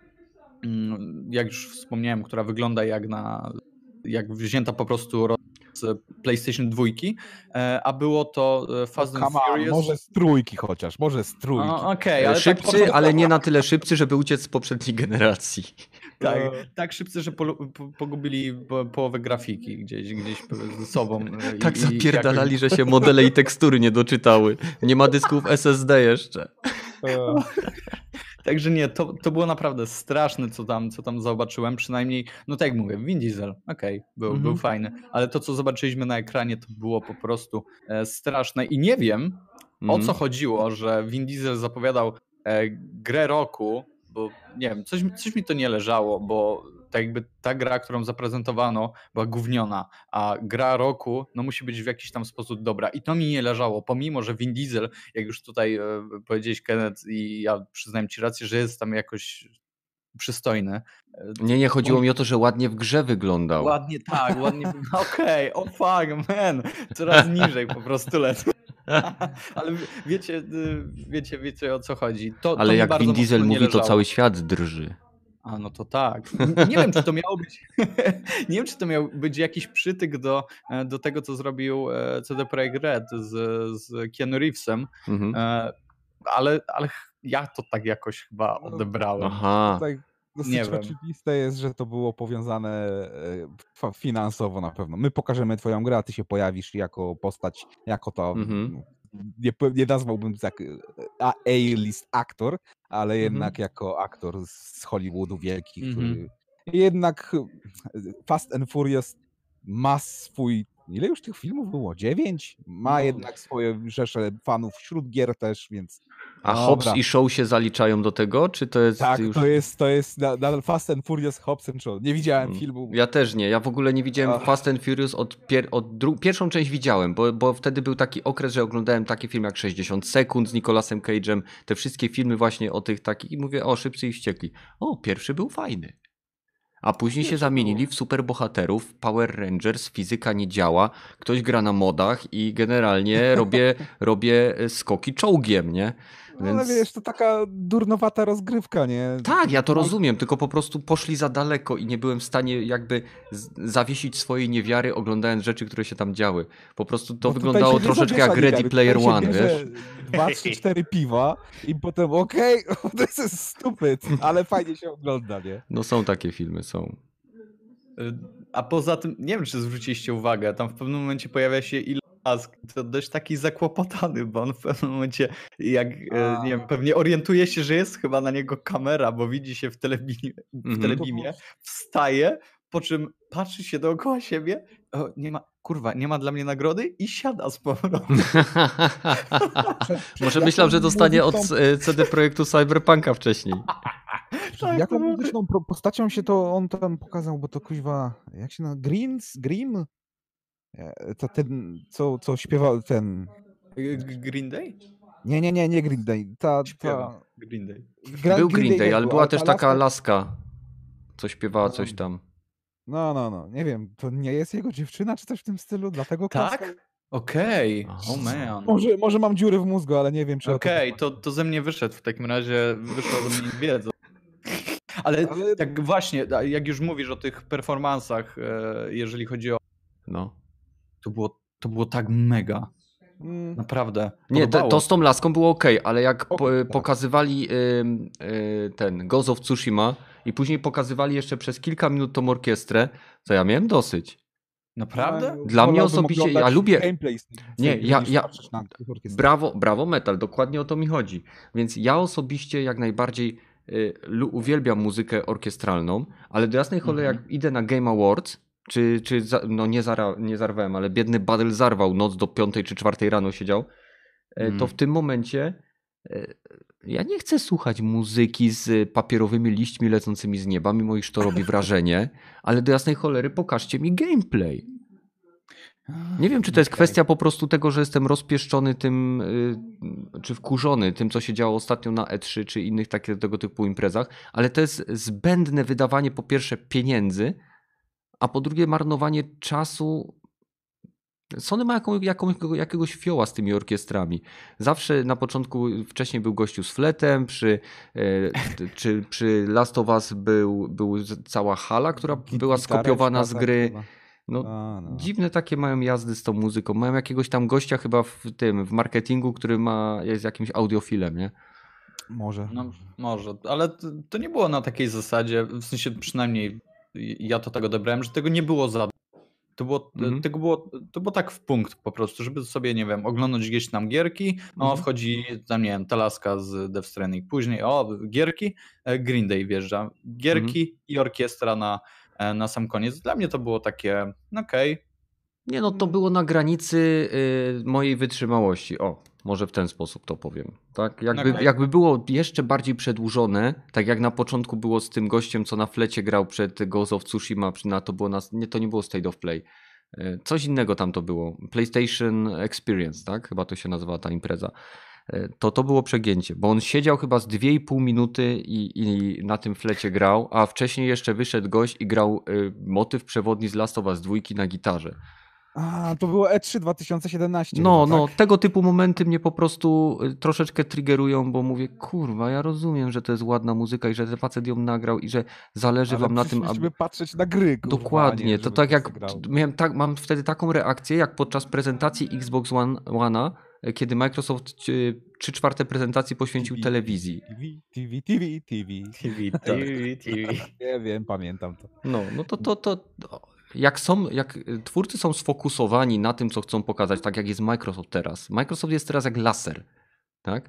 mm, jak już wspomniałem, która wygląda jak na, jak wzięta po prostu ro- z PlayStation dwa, e, a było to e, Fast No, and come on, Furious. może z trójki chociaż, może z trójki. O, Okej, ale tak po Szybcy, prostu- ale nie na tyle szybcy, żeby uciec z poprzedniej generacji. Tak, E, tak szybcy, że polu- po, pogubili po, połowę grafiki gdzieś, gdzieś ze sobą. e, i- Tak i zapierdalali, jakoś- że się modele i tekstury nie doczytały. Nie ma dysków S S D jeszcze. e, Także nie, to, to było naprawdę straszne, co tam, co tam zobaczyłem. Przynajmniej, no tak jak mówię, Vin Diesel, okej, był, Mhm. był fajny, ale to, co zobaczyliśmy na ekranie, to było po prostu e, straszne i nie wiem, o Mhm. co chodziło, że Vin Diesel zapowiadał e, grę roku, bo nie wiem, coś, coś mi to nie leżało, bo tak jakby ta gra, którą zaprezentowano, była gówniona, a gra roku no musi być w jakiś tam sposób dobra i to mi nie leżało, pomimo, że Vin Diesel, jak już tutaj e, powiedziałeś Kenneth i ja przyznałem ci rację, że jest tam jakoś przystojny. E, Nie, nie, chodziło mi o to, że ładnie w grze wyglądał. Ładnie, tak, ładnie. Okej, o fuck, man, coraz niżej po prostu lecę. Ale wiecie, y, wiecie, wiecie o co chodzi. To, to Ale mi jak bardzo Vin Diesel mocno nie mówi, to leżało. cały świat drży. A no to tak. Nie wiem, czy to miało być. Nie wiem, czy to miał być jakiś przytyk do, do tego, co zrobił e, C D Projekt Red z, z Keanu Reevesem, Mhm. e, ale, ale ja to tak jakoś chyba odebrałem. Aha. Tutaj dosyć Nie wiem. oczywiste jest, że to było powiązane e, fa- finansowo na pewno. My pokażemy twoją grę, a ty się pojawisz jako postać, jako to... Mhm. Nie, po- nie nazwałbym tak e, A-list aktor, ale Mhm. jednak jako aktor z Hollywoodu wielki, Mhm. który jednak Fast and Furious ma swój, ile już tych filmów było? Dziewięć? Ma No. jednak swoje rzesze fanów wśród gier też, więc A Hobbs dobra. i Shaw się zaliczają do tego, czy to jest Tak, już... to jest, to jest nadal Fast and Furious Hobbs and Shaw. Nie widziałem filmu. Ja też nie. Ja w ogóle nie widziałem Ach. Fast and Furious od, pier od dru- pierwszą część widziałem, bo, bo wtedy był taki okres, że oglądałem takie filmy jak sześćdziesiąt sekund z Nicolasem Cage'em, te wszystkie filmy właśnie o tych takich i mówię, o, Szybcy i Wściekli. O, pierwszy był fajny. A później się zamienili w superbohaterów, Power Rangers, fizyka nie działa, ktoś gra na modach i generalnie robię, robię skoki czołgiem, nie? No, ale wiesz, to taka durnowata rozgrywka, nie? Tak, ja to No, rozumiem, tylko po prostu poszli za daleko i nie byłem w stanie jakby z- zawiesić swojej niewiary oglądając rzeczy, które się tam działy. Po prostu to bo tutaj wyglądało się nie troszeczkę zawiesza jak Ready niewiary. Player Tutaj się One, bierze wiesz? Dwa, trzy, cztery piwa i potem okej, okay, to jest stupid, ale fajnie się ogląda, nie? No są takie filmy, są. Y, A poza tym, nie wiem, czy zwróciliście uwagę, tam w pewnym momencie pojawia się Elon Musk, to dość taki zakłopotany, bo on w pewnym momencie, jak, A. nie wiem, pewnie orientuje się, że jest chyba na niego kamera, bo widzi się w telebimie, w Mhm. telebimie wstaje, po czym patrzy się dookoła siebie, o, nie ma, kurwa, nie ma dla mnie nagrody i siada z powrotem. Może jaką myślał, że dostanie od muzyką- e, C D Projektu Cyberpunka wcześniej. Tak, Jaką to- muzyczną pro- postacią się to on tam pokazał, bo to kuźwa, jak się na Greens? Grim? E, To ten, co, co śpiewał ten... G- Green Day? Nie, nie, nie, nie Green Day. Ta, Śpiewa. ta... Green Day. Gra- Był Green Day, nie ale był, była ta też taka laska- laska, co śpiewała No. coś tam. No, no, no, nie wiem, to nie jest jego dziewczyna czy coś w tym stylu, dlatego Tak? klaskał? Okej, Aha. oh man. Może, może mam dziury w mózgu, ale nie wiem, czy... o to Okej, chodzi. to, to ze mnie wyszedł w takim razie, wyszła ze mnie wiedza. Ale, Ale- tak właśnie, a jak już mówisz o tych performansach, e, jeżeli chodzi o... No. To było, to było tak mega, Mm, naprawdę. Nie, to, Podobało. to z tą laską było ok, ale jak po, Okej, tak. pokazywali ym, y, ten Ghost of Tsushima i później pokazywali jeszcze przez kilka minut tą orkiestrę, to ja miałem dosyć. Naprawdę? ale Dla mnie wolałbym osobiście- ja oglądać lubię- gameplay z tej Nie, gry, ja- niż ja- patrzeć na tych orkiestrach. Brawo, brawo metal, dokładnie o to mi chodzi. Więc ja osobiście jak najbardziej y, lu- uwielbiam muzykę orkiestralną, ale do jasnej cholery Mhm. jak idę na Game Awards, czy, czy za, no nie, zara, nie zarwałem, ale biedny Badel zarwał, noc do piątej czy czwartej rano siedział, e, Mm. to w tym momencie e, ja nie chcę słuchać muzyki z papierowymi liśćmi lecącymi z nieba, mimo iż to robi wrażenie, ale do jasnej cholery pokażcie mi gameplay. Nie wiem, czy to jest Okej. kwestia po prostu tego, że jestem rozpieszczony tym, y, czy wkurzony tym, co się działo ostatnio na E trzy, czy innych takie, tego typu imprezach, ale to jest zbędne wydawanie po pierwsze pieniędzy, a po drugie marnowanie czasu. Sony ma jaką, jaką, jakiegoś fioła z tymi orkiestrami. Zawsze na początku, wcześniej był gościu z fletem, przy, e, czy przy Last of Us był, był cała hala, która Git- była gitareczka skopiowana z tak gry. chyba. No, A, no. dziwne takie mają jazdy z tą muzyką. Mają jakiegoś tam gościa chyba w tym, w marketingu, który ma, jest jakimś audiofilem, nie? Może. No może, ale to, to nie było na takiej zasadzie, w sensie przynajmniej ja to tak odebrałem, że tego nie było za... To było, Mhm. tego było, to było tak w punkt po prostu, żeby sobie, nie wiem, oglądać gdzieś tam gierki, o, Mhm. wchodzi tam, nie wiem, ta laska z Death Stranding, później, o, gierki, e, Green Day wjeżdża, gierki Mhm. i orkiestra na, e, na sam koniec. Dla mnie to było takie, okej, Nie no, to było na granicy y, mojej wytrzymałości. O, może w ten sposób to powiem. Tak? Jakby, Okej. jakby było jeszcze bardziej przedłużone, tak jak na początku było z tym gościem, co na flecie grał przed Ghost of Tsushima, na to było nas, nie, to nie było State of Play. Y, Coś innego tam to było. PlayStation Experience, tak? Chyba to się nazywała ta impreza. Y, To to było przegięcie, bo on siedział chyba z dwie i pół minuty i, i na tym flecie grał, a wcześniej jeszcze wyszedł gość i grał y, motyw przewodni z Last of Us dwójki na gitarze. A, to było E trzy dwa tysiące siedemnaście. No, chyba, no, tak? tego typu momenty mnie po prostu y, troszeczkę triggerują, bo mówię, kurwa, ja rozumiem, że to jest ładna muzyka i że ten facet ją nagrał i że zależy Ale wam na tym, przyszliśmy aby... patrzeć na gry, kurwa, Dokładnie, nie, to żeby tak ktoś jak zagrał. miałem tak, mam wtedy taką reakcję, jak podczas prezentacji Xbox One, One'a, y, kiedy Microsoft y, trzy czwarte prezentacji poświęcił T V, telewizji. T V, T V, T V, T V. T V, T V, T V. Nie wiem, pamiętam to. No, no to, to, to jak są, jak y, twórcy są sfokusowani na tym, co chcą pokazać, tak jak jest Microsoft teraz. Microsoft jest teraz jak laser, tak?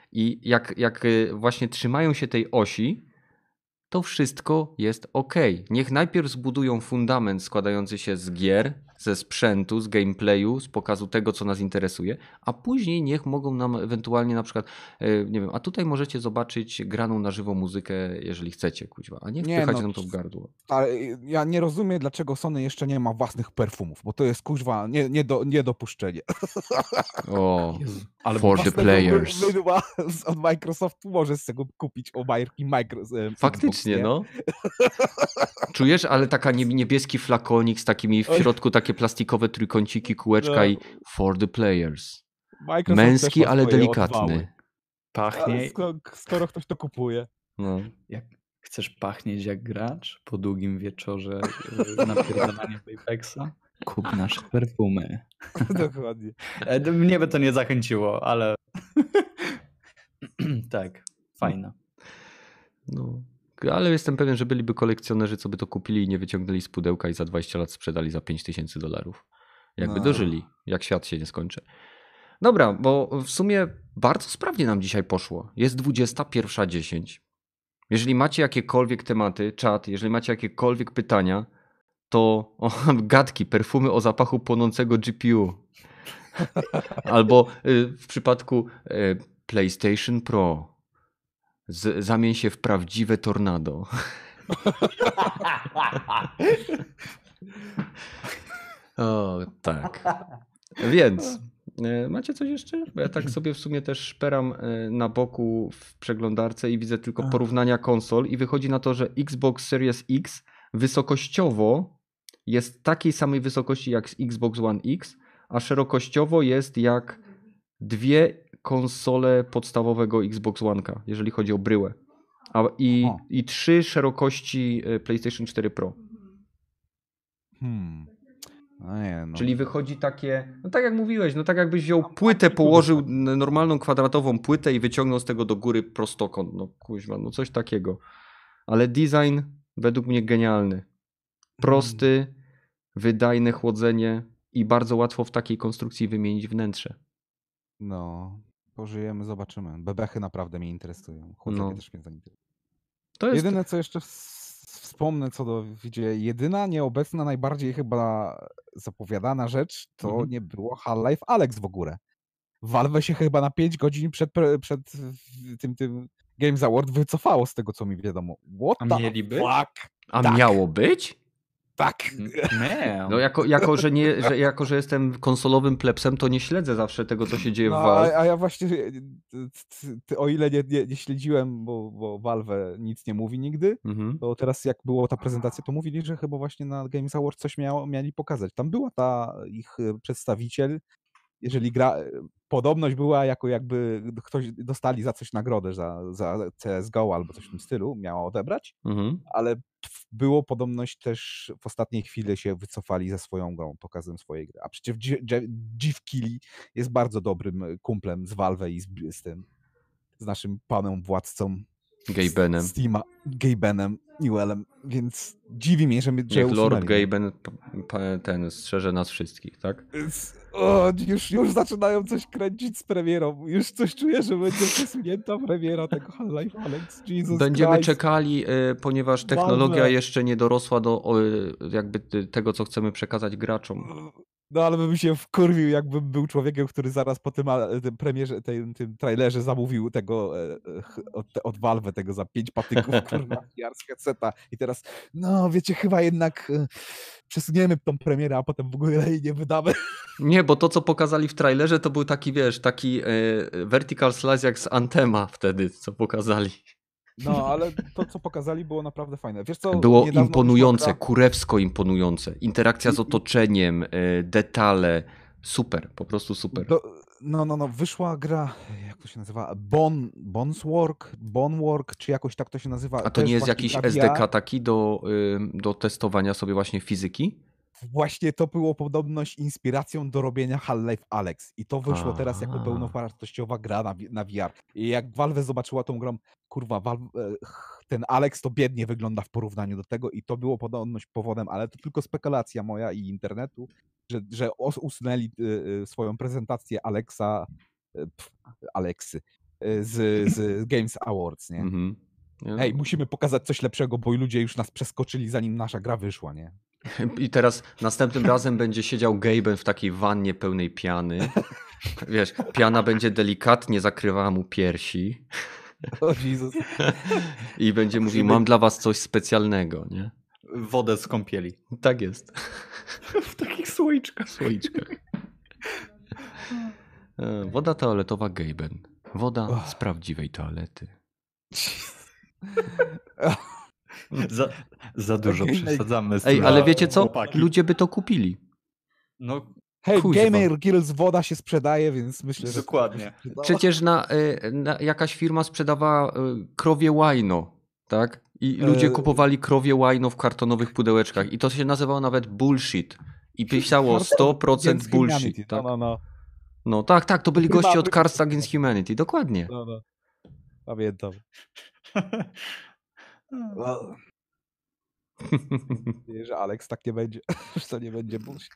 I jak, jak właśnie trzymają się tej osi, to wszystko jest ok. Niech najpierw zbudują fundament składający się z gier, ze sprzętu, z gameplayu, z pokazu tego, co nas interesuje, a później niech mogą nam ewentualnie na przykład, nie wiem, a tutaj możecie zobaczyć graną na żywo muzykę, jeżeli chcecie, kuźwa, a nie wpychać no, nam to w gardło. Ale ja nie rozumiem, dlaczego Sony jeszcze nie ma własnych perfumów, bo to jest kuźwa nie, nie do, niedopuszczenie. O, Jezu, ale for the players. Mydła od Microsoftu może z tego kupić o marki Microsoft. Faktycznie, Xbox, no. Czujesz, ale taka niebieski flakonik z takimi w środku takie plastikowe trójkąciki, kółeczka no. I for the players. Microsoft męski, ale delikatny. Odwały. Pachnie. Skoro, skoro ktoś to kupuje. No. Jak chcesz pachnieć jak gracz po długim wieczorze napierdalania Apexa? Kup nasze perfumy. Dokładnie. Mnie by to nie zachęciło, ale tak, fajna. No. Ale jestem pewien, że byliby kolekcjonerzy, co by to kupili i nie wyciągnęli z pudełka i za dwadzieścia lat sprzedali za pięć tysięcy dolarów. Jakby no. dożyli, jak świat się nie skończy. Dobra, bo w sumie bardzo sprawnie nam dzisiaj poszło. Jest dwudziesta pierwsza dziesięć. Jeżeli macie jakiekolwiek tematy, czat, jeżeli macie jakiekolwiek pytania, to o, gadki, perfumy o zapachu płonącego G P U. Albo y, w przypadku y, PlayStation Pro z, zamień się w prawdziwe tornado. O, tak. Więc y, macie coś jeszcze? Bo ja tak sobie w sumie też szperam y, na boku w przeglądarce i widzę tylko porównania konsol i wychodzi na to, że Xbox Series X wysokościowo jest takiej samej wysokości jak Xbox One X, a szerokościowo jest jak dwie konsole podstawowego Xbox One'ka, jeżeli chodzi o bryłę. A, i, I trzy szerokości PlayStation cztery Pro. Hmm. No nie, no. Czyli wychodzi takie, no tak jak mówiłeś, no tak jakbyś wziął płytę, położył normalną kwadratową płytę i wyciągnął z tego do góry prostokąt. No kuźwa, no coś takiego. Ale design według mnie genialny. Prosty, wydajne chłodzenie i bardzo łatwo w takiej konstrukcji wymienić wnętrze. No, pożyjemy, zobaczymy. Bebechy naprawdę mnie interesują. Chłodzenie no. też mnie zainteresuje. To jest... Jedyne, co jeszcze wspomnę co do widzie, jedyna nieobecna, najbardziej chyba zapowiadana rzecz, to mhm. nie było Half-Life Alyx w ogóle. Valve się chyba na pięć godzin przed, przed tym, tym Games Award wycofało z tego, co mi wiadomo. What A mieli być? A tak. miało być? Tak. No jako, jako, że nie, że, jako, że jestem konsolowym plebsem, to nie śledzę zawsze tego, co się dzieje no, w Valve. A, a ja właśnie, o ile nie, nie, nie śledziłem, bo, bo Valve nic nie mówi nigdy, mhm. to teraz jak było ta prezentacja, to mówili, że chyba właśnie na Games Award coś miało, mieli pokazać. Tam była ta ich przedstawiciel, jeżeli gra, podobność była jako jakby ktoś dostali za coś nagrodę, za, za C S G O albo coś w tym stylu, miała odebrać, mhm. ale było podobność też w ostatniej chwili się wycofali ze swoją grą, pokazem swojej gry. A przecież Geoff Keighley jest bardzo dobrym kumplem z Valve i z, z tym, z naszym panem władcą Gabenem. Steama, Gabenem Newellem, więc dziwi mnie, że my że Niech Lord Gaben ten strzeże nas wszystkich, tak? O, już, już zaczynają coś kręcić z premierą. Już coś czuję, że będzie przesunięta premiera tego Half-Life Alyx. Jesus Będziemy Christ. czekali, ponieważ technologia Valve. jeszcze nie dorosła do jakby tego, co chcemy przekazać graczom. No ale bym się wkurwił, jakbym był człowiekiem, który zaraz po tym, tym premierze, tym, tym trailerze zamówił tego e, od, od Valve, tego za pięć patyków, kurwa, z headseta. I teraz, no wiecie, chyba jednak e, przesuniemy tą premierę, a potem w ogóle jej nie wydamy. Nie, bo to, co pokazali w trailerze, to był taki, wiesz, taki e, vertical slice jak z Anthema wtedy, co pokazali. No, ale to, co pokazali, było naprawdę fajne. Wiesz co, było imponujące, gra... kurewsko imponujące. Interakcja z otoczeniem, detale. Super, po prostu super. Do, no, no, no, wyszła gra, jak to się nazywa? Bon, Boneswork, Bonework, czy jakoś tak to się nazywa. A to nie jest jakiś S D K taki do, do testowania sobie właśnie fizyki? Właśnie to było podobność inspiracją do robienia Half-Life Alyx i to wyszło A. teraz jako pełnowartościowa gra na, na V R. I jak Valve zobaczyła tą grą, kurwa, Valve, ten Alyx to biednie wygląda w porównaniu do tego i to było podobność powodem, ale to tylko spekulacja moja i internetu, że, że usunęli swoją prezentację Alexa, pff, Alexy, z, z Games Awards, nie? Mhm. Ej, musimy pokazać coś lepszego, bo ludzie już nas przeskoczyli, zanim nasza gra wyszła, nie? I teraz następnym razem będzie siedział Gaben w takiej wannie pełnej piany. Wiesz, piana będzie delikatnie zakrywała mu piersi. O Jezus. I będzie mówił, mam dla was coś specjalnego, nie? Wodę z kąpieli. Tak jest. W takich słoiczkach. Słoiczkach. Woda toaletowa Gaben. Woda oh. z prawdziwej toalety. Za, za dużo przesadzamy. Ej, ale wiecie co? Chłopaki. Ludzie by to kupili. No, hej, Gamer Girls woda się sprzedaje, więc myślę, że... Dokładnie. Przecież na, na jakaś firma sprzedawała krowie łajno, tak? I ludzie kupowali krowie łajno w kartonowych pudełeczkach. I to się nazywało nawet bullshit. I pisało sto procent bullshit. Tak? No, no, no. No tak, tak, to byli goście od Cards Against Humanity, dokładnie. No, no. Pamiętam. Well. Że Alex tak nie będzie, że to nie będzie bullshit.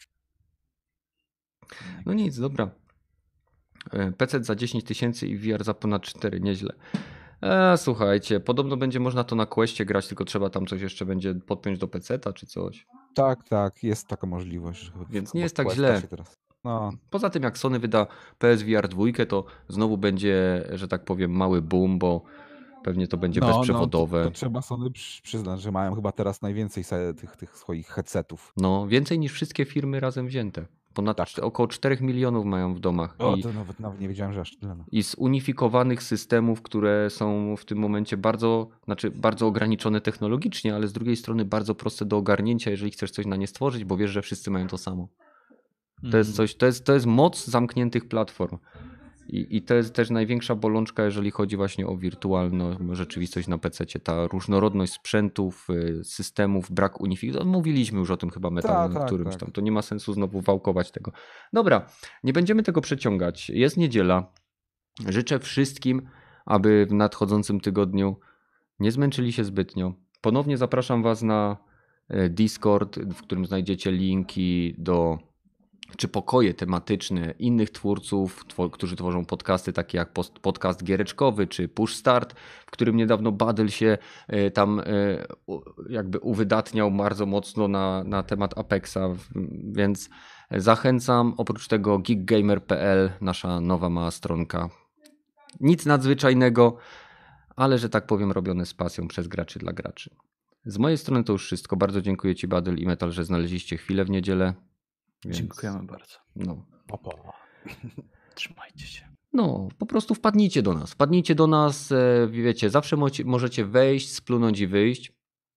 No nic, dobra. P C za dziesięć tysięcy i V R za ponad cztery, nieźle. E, słuchajcie, podobno będzie można to na Questie grać, tylko trzeba tam coś jeszcze będzie podpiąć do peceta czy coś. Tak, tak, jest taka możliwość. Więc nie jest tak źle. No. Poza tym jak Sony wyda P S V R dwa, to znowu będzie, że tak powiem, mały boom, bo pewnie to będzie no, bezprzewodowe. No, to, to trzeba Sony przyznać, że mają chyba teraz najwięcej tych, tych swoich headsetów. No, więcej niż wszystkie firmy razem wzięte. Ponad tak. około czterech milionów mają w domach. O, I, to nawet, nawet nie wiedziałem, że aż tyle. No. I z unifikowanych systemów, które są w tym momencie bardzo, znaczy bardzo ograniczone technologicznie, ale z drugiej strony bardzo proste do ogarnięcia, jeżeli chcesz coś na nie stworzyć, bo wiesz, że wszyscy mają to samo. To mm. jest coś, to jest, to jest moc zamkniętych platform. I, I to jest też największa bolączka, jeżeli chodzi właśnie o wirtualną rzeczywistość na pececie. Ta różnorodność sprzętów, systemów, brak unifikacji. Mówiliśmy już o tym chyba Metal, ta, na którymś tak, tam. To nie ma sensu znowu wałkować tego. Dobra, nie będziemy tego przeciągać. Jest niedziela. Życzę wszystkim, aby w nadchodzącym tygodniu nie zmęczyli się zbytnio. Ponownie zapraszam was na Discord, w którym znajdziecie linki do czy pokoje tematyczne innych twórców, tw- którzy tworzą podcasty takie jak post- podcast giereczkowy, czy Push Start, w którym niedawno Badel się y, tam y, jakby uwydatniał bardzo mocno na, na temat Apexa, więc zachęcam. Oprócz tego geek gamer kropka p l, nasza nowa mała stronka. Nic nadzwyczajnego, ale że tak powiem robione z pasją przez graczy dla graczy. Z mojej strony to już wszystko. Bardzo dziękuję Ci, Badel i Metal, że znaleźliście chwilę w niedzielę. Więc, dziękujemy bardzo. No. Papa. Trzymajcie się. No, po prostu wpadnijcie do nas. Wpadnijcie do nas, wiecie, zawsze możecie wejść, splunąć i wyjść.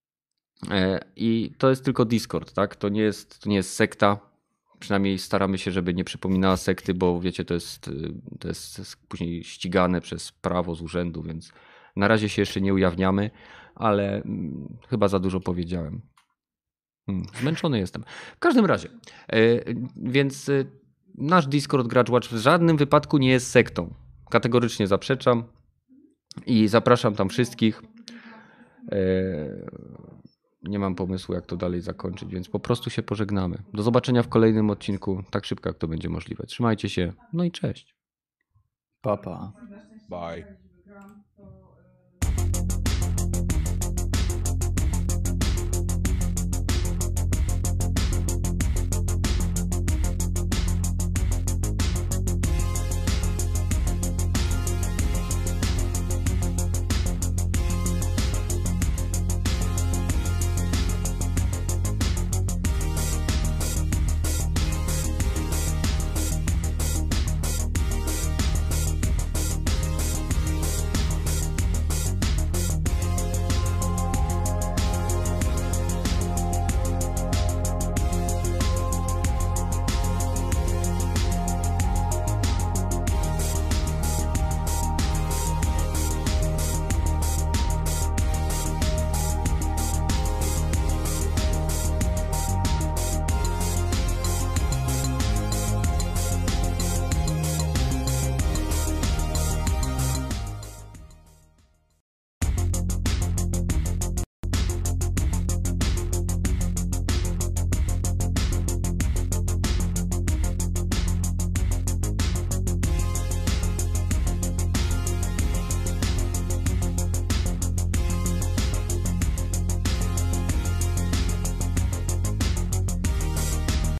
I to jest tylko Discord, tak? To nie jest, to nie jest sekta. Przynajmniej staramy się, żeby nie przypominała sekty, bo wiecie, to jest, to jest później ścigane przez prawo z urzędu, więc na razie się jeszcze nie ujawniamy, ale chyba za dużo powiedziałem. Hmm, zmęczony jestem. W każdym razie, yy, więc yy, nasz Discord Gracz Watch w żadnym wypadku nie jest sektą. Kategorycznie zaprzeczam i zapraszam tam wszystkich. Yy, nie mam pomysłu, jak to dalej zakończyć, więc po prostu się pożegnamy. Do zobaczenia w kolejnym odcinku, tak szybko jak to będzie możliwe. Trzymajcie się, no i cześć. Pa, pa. Bye.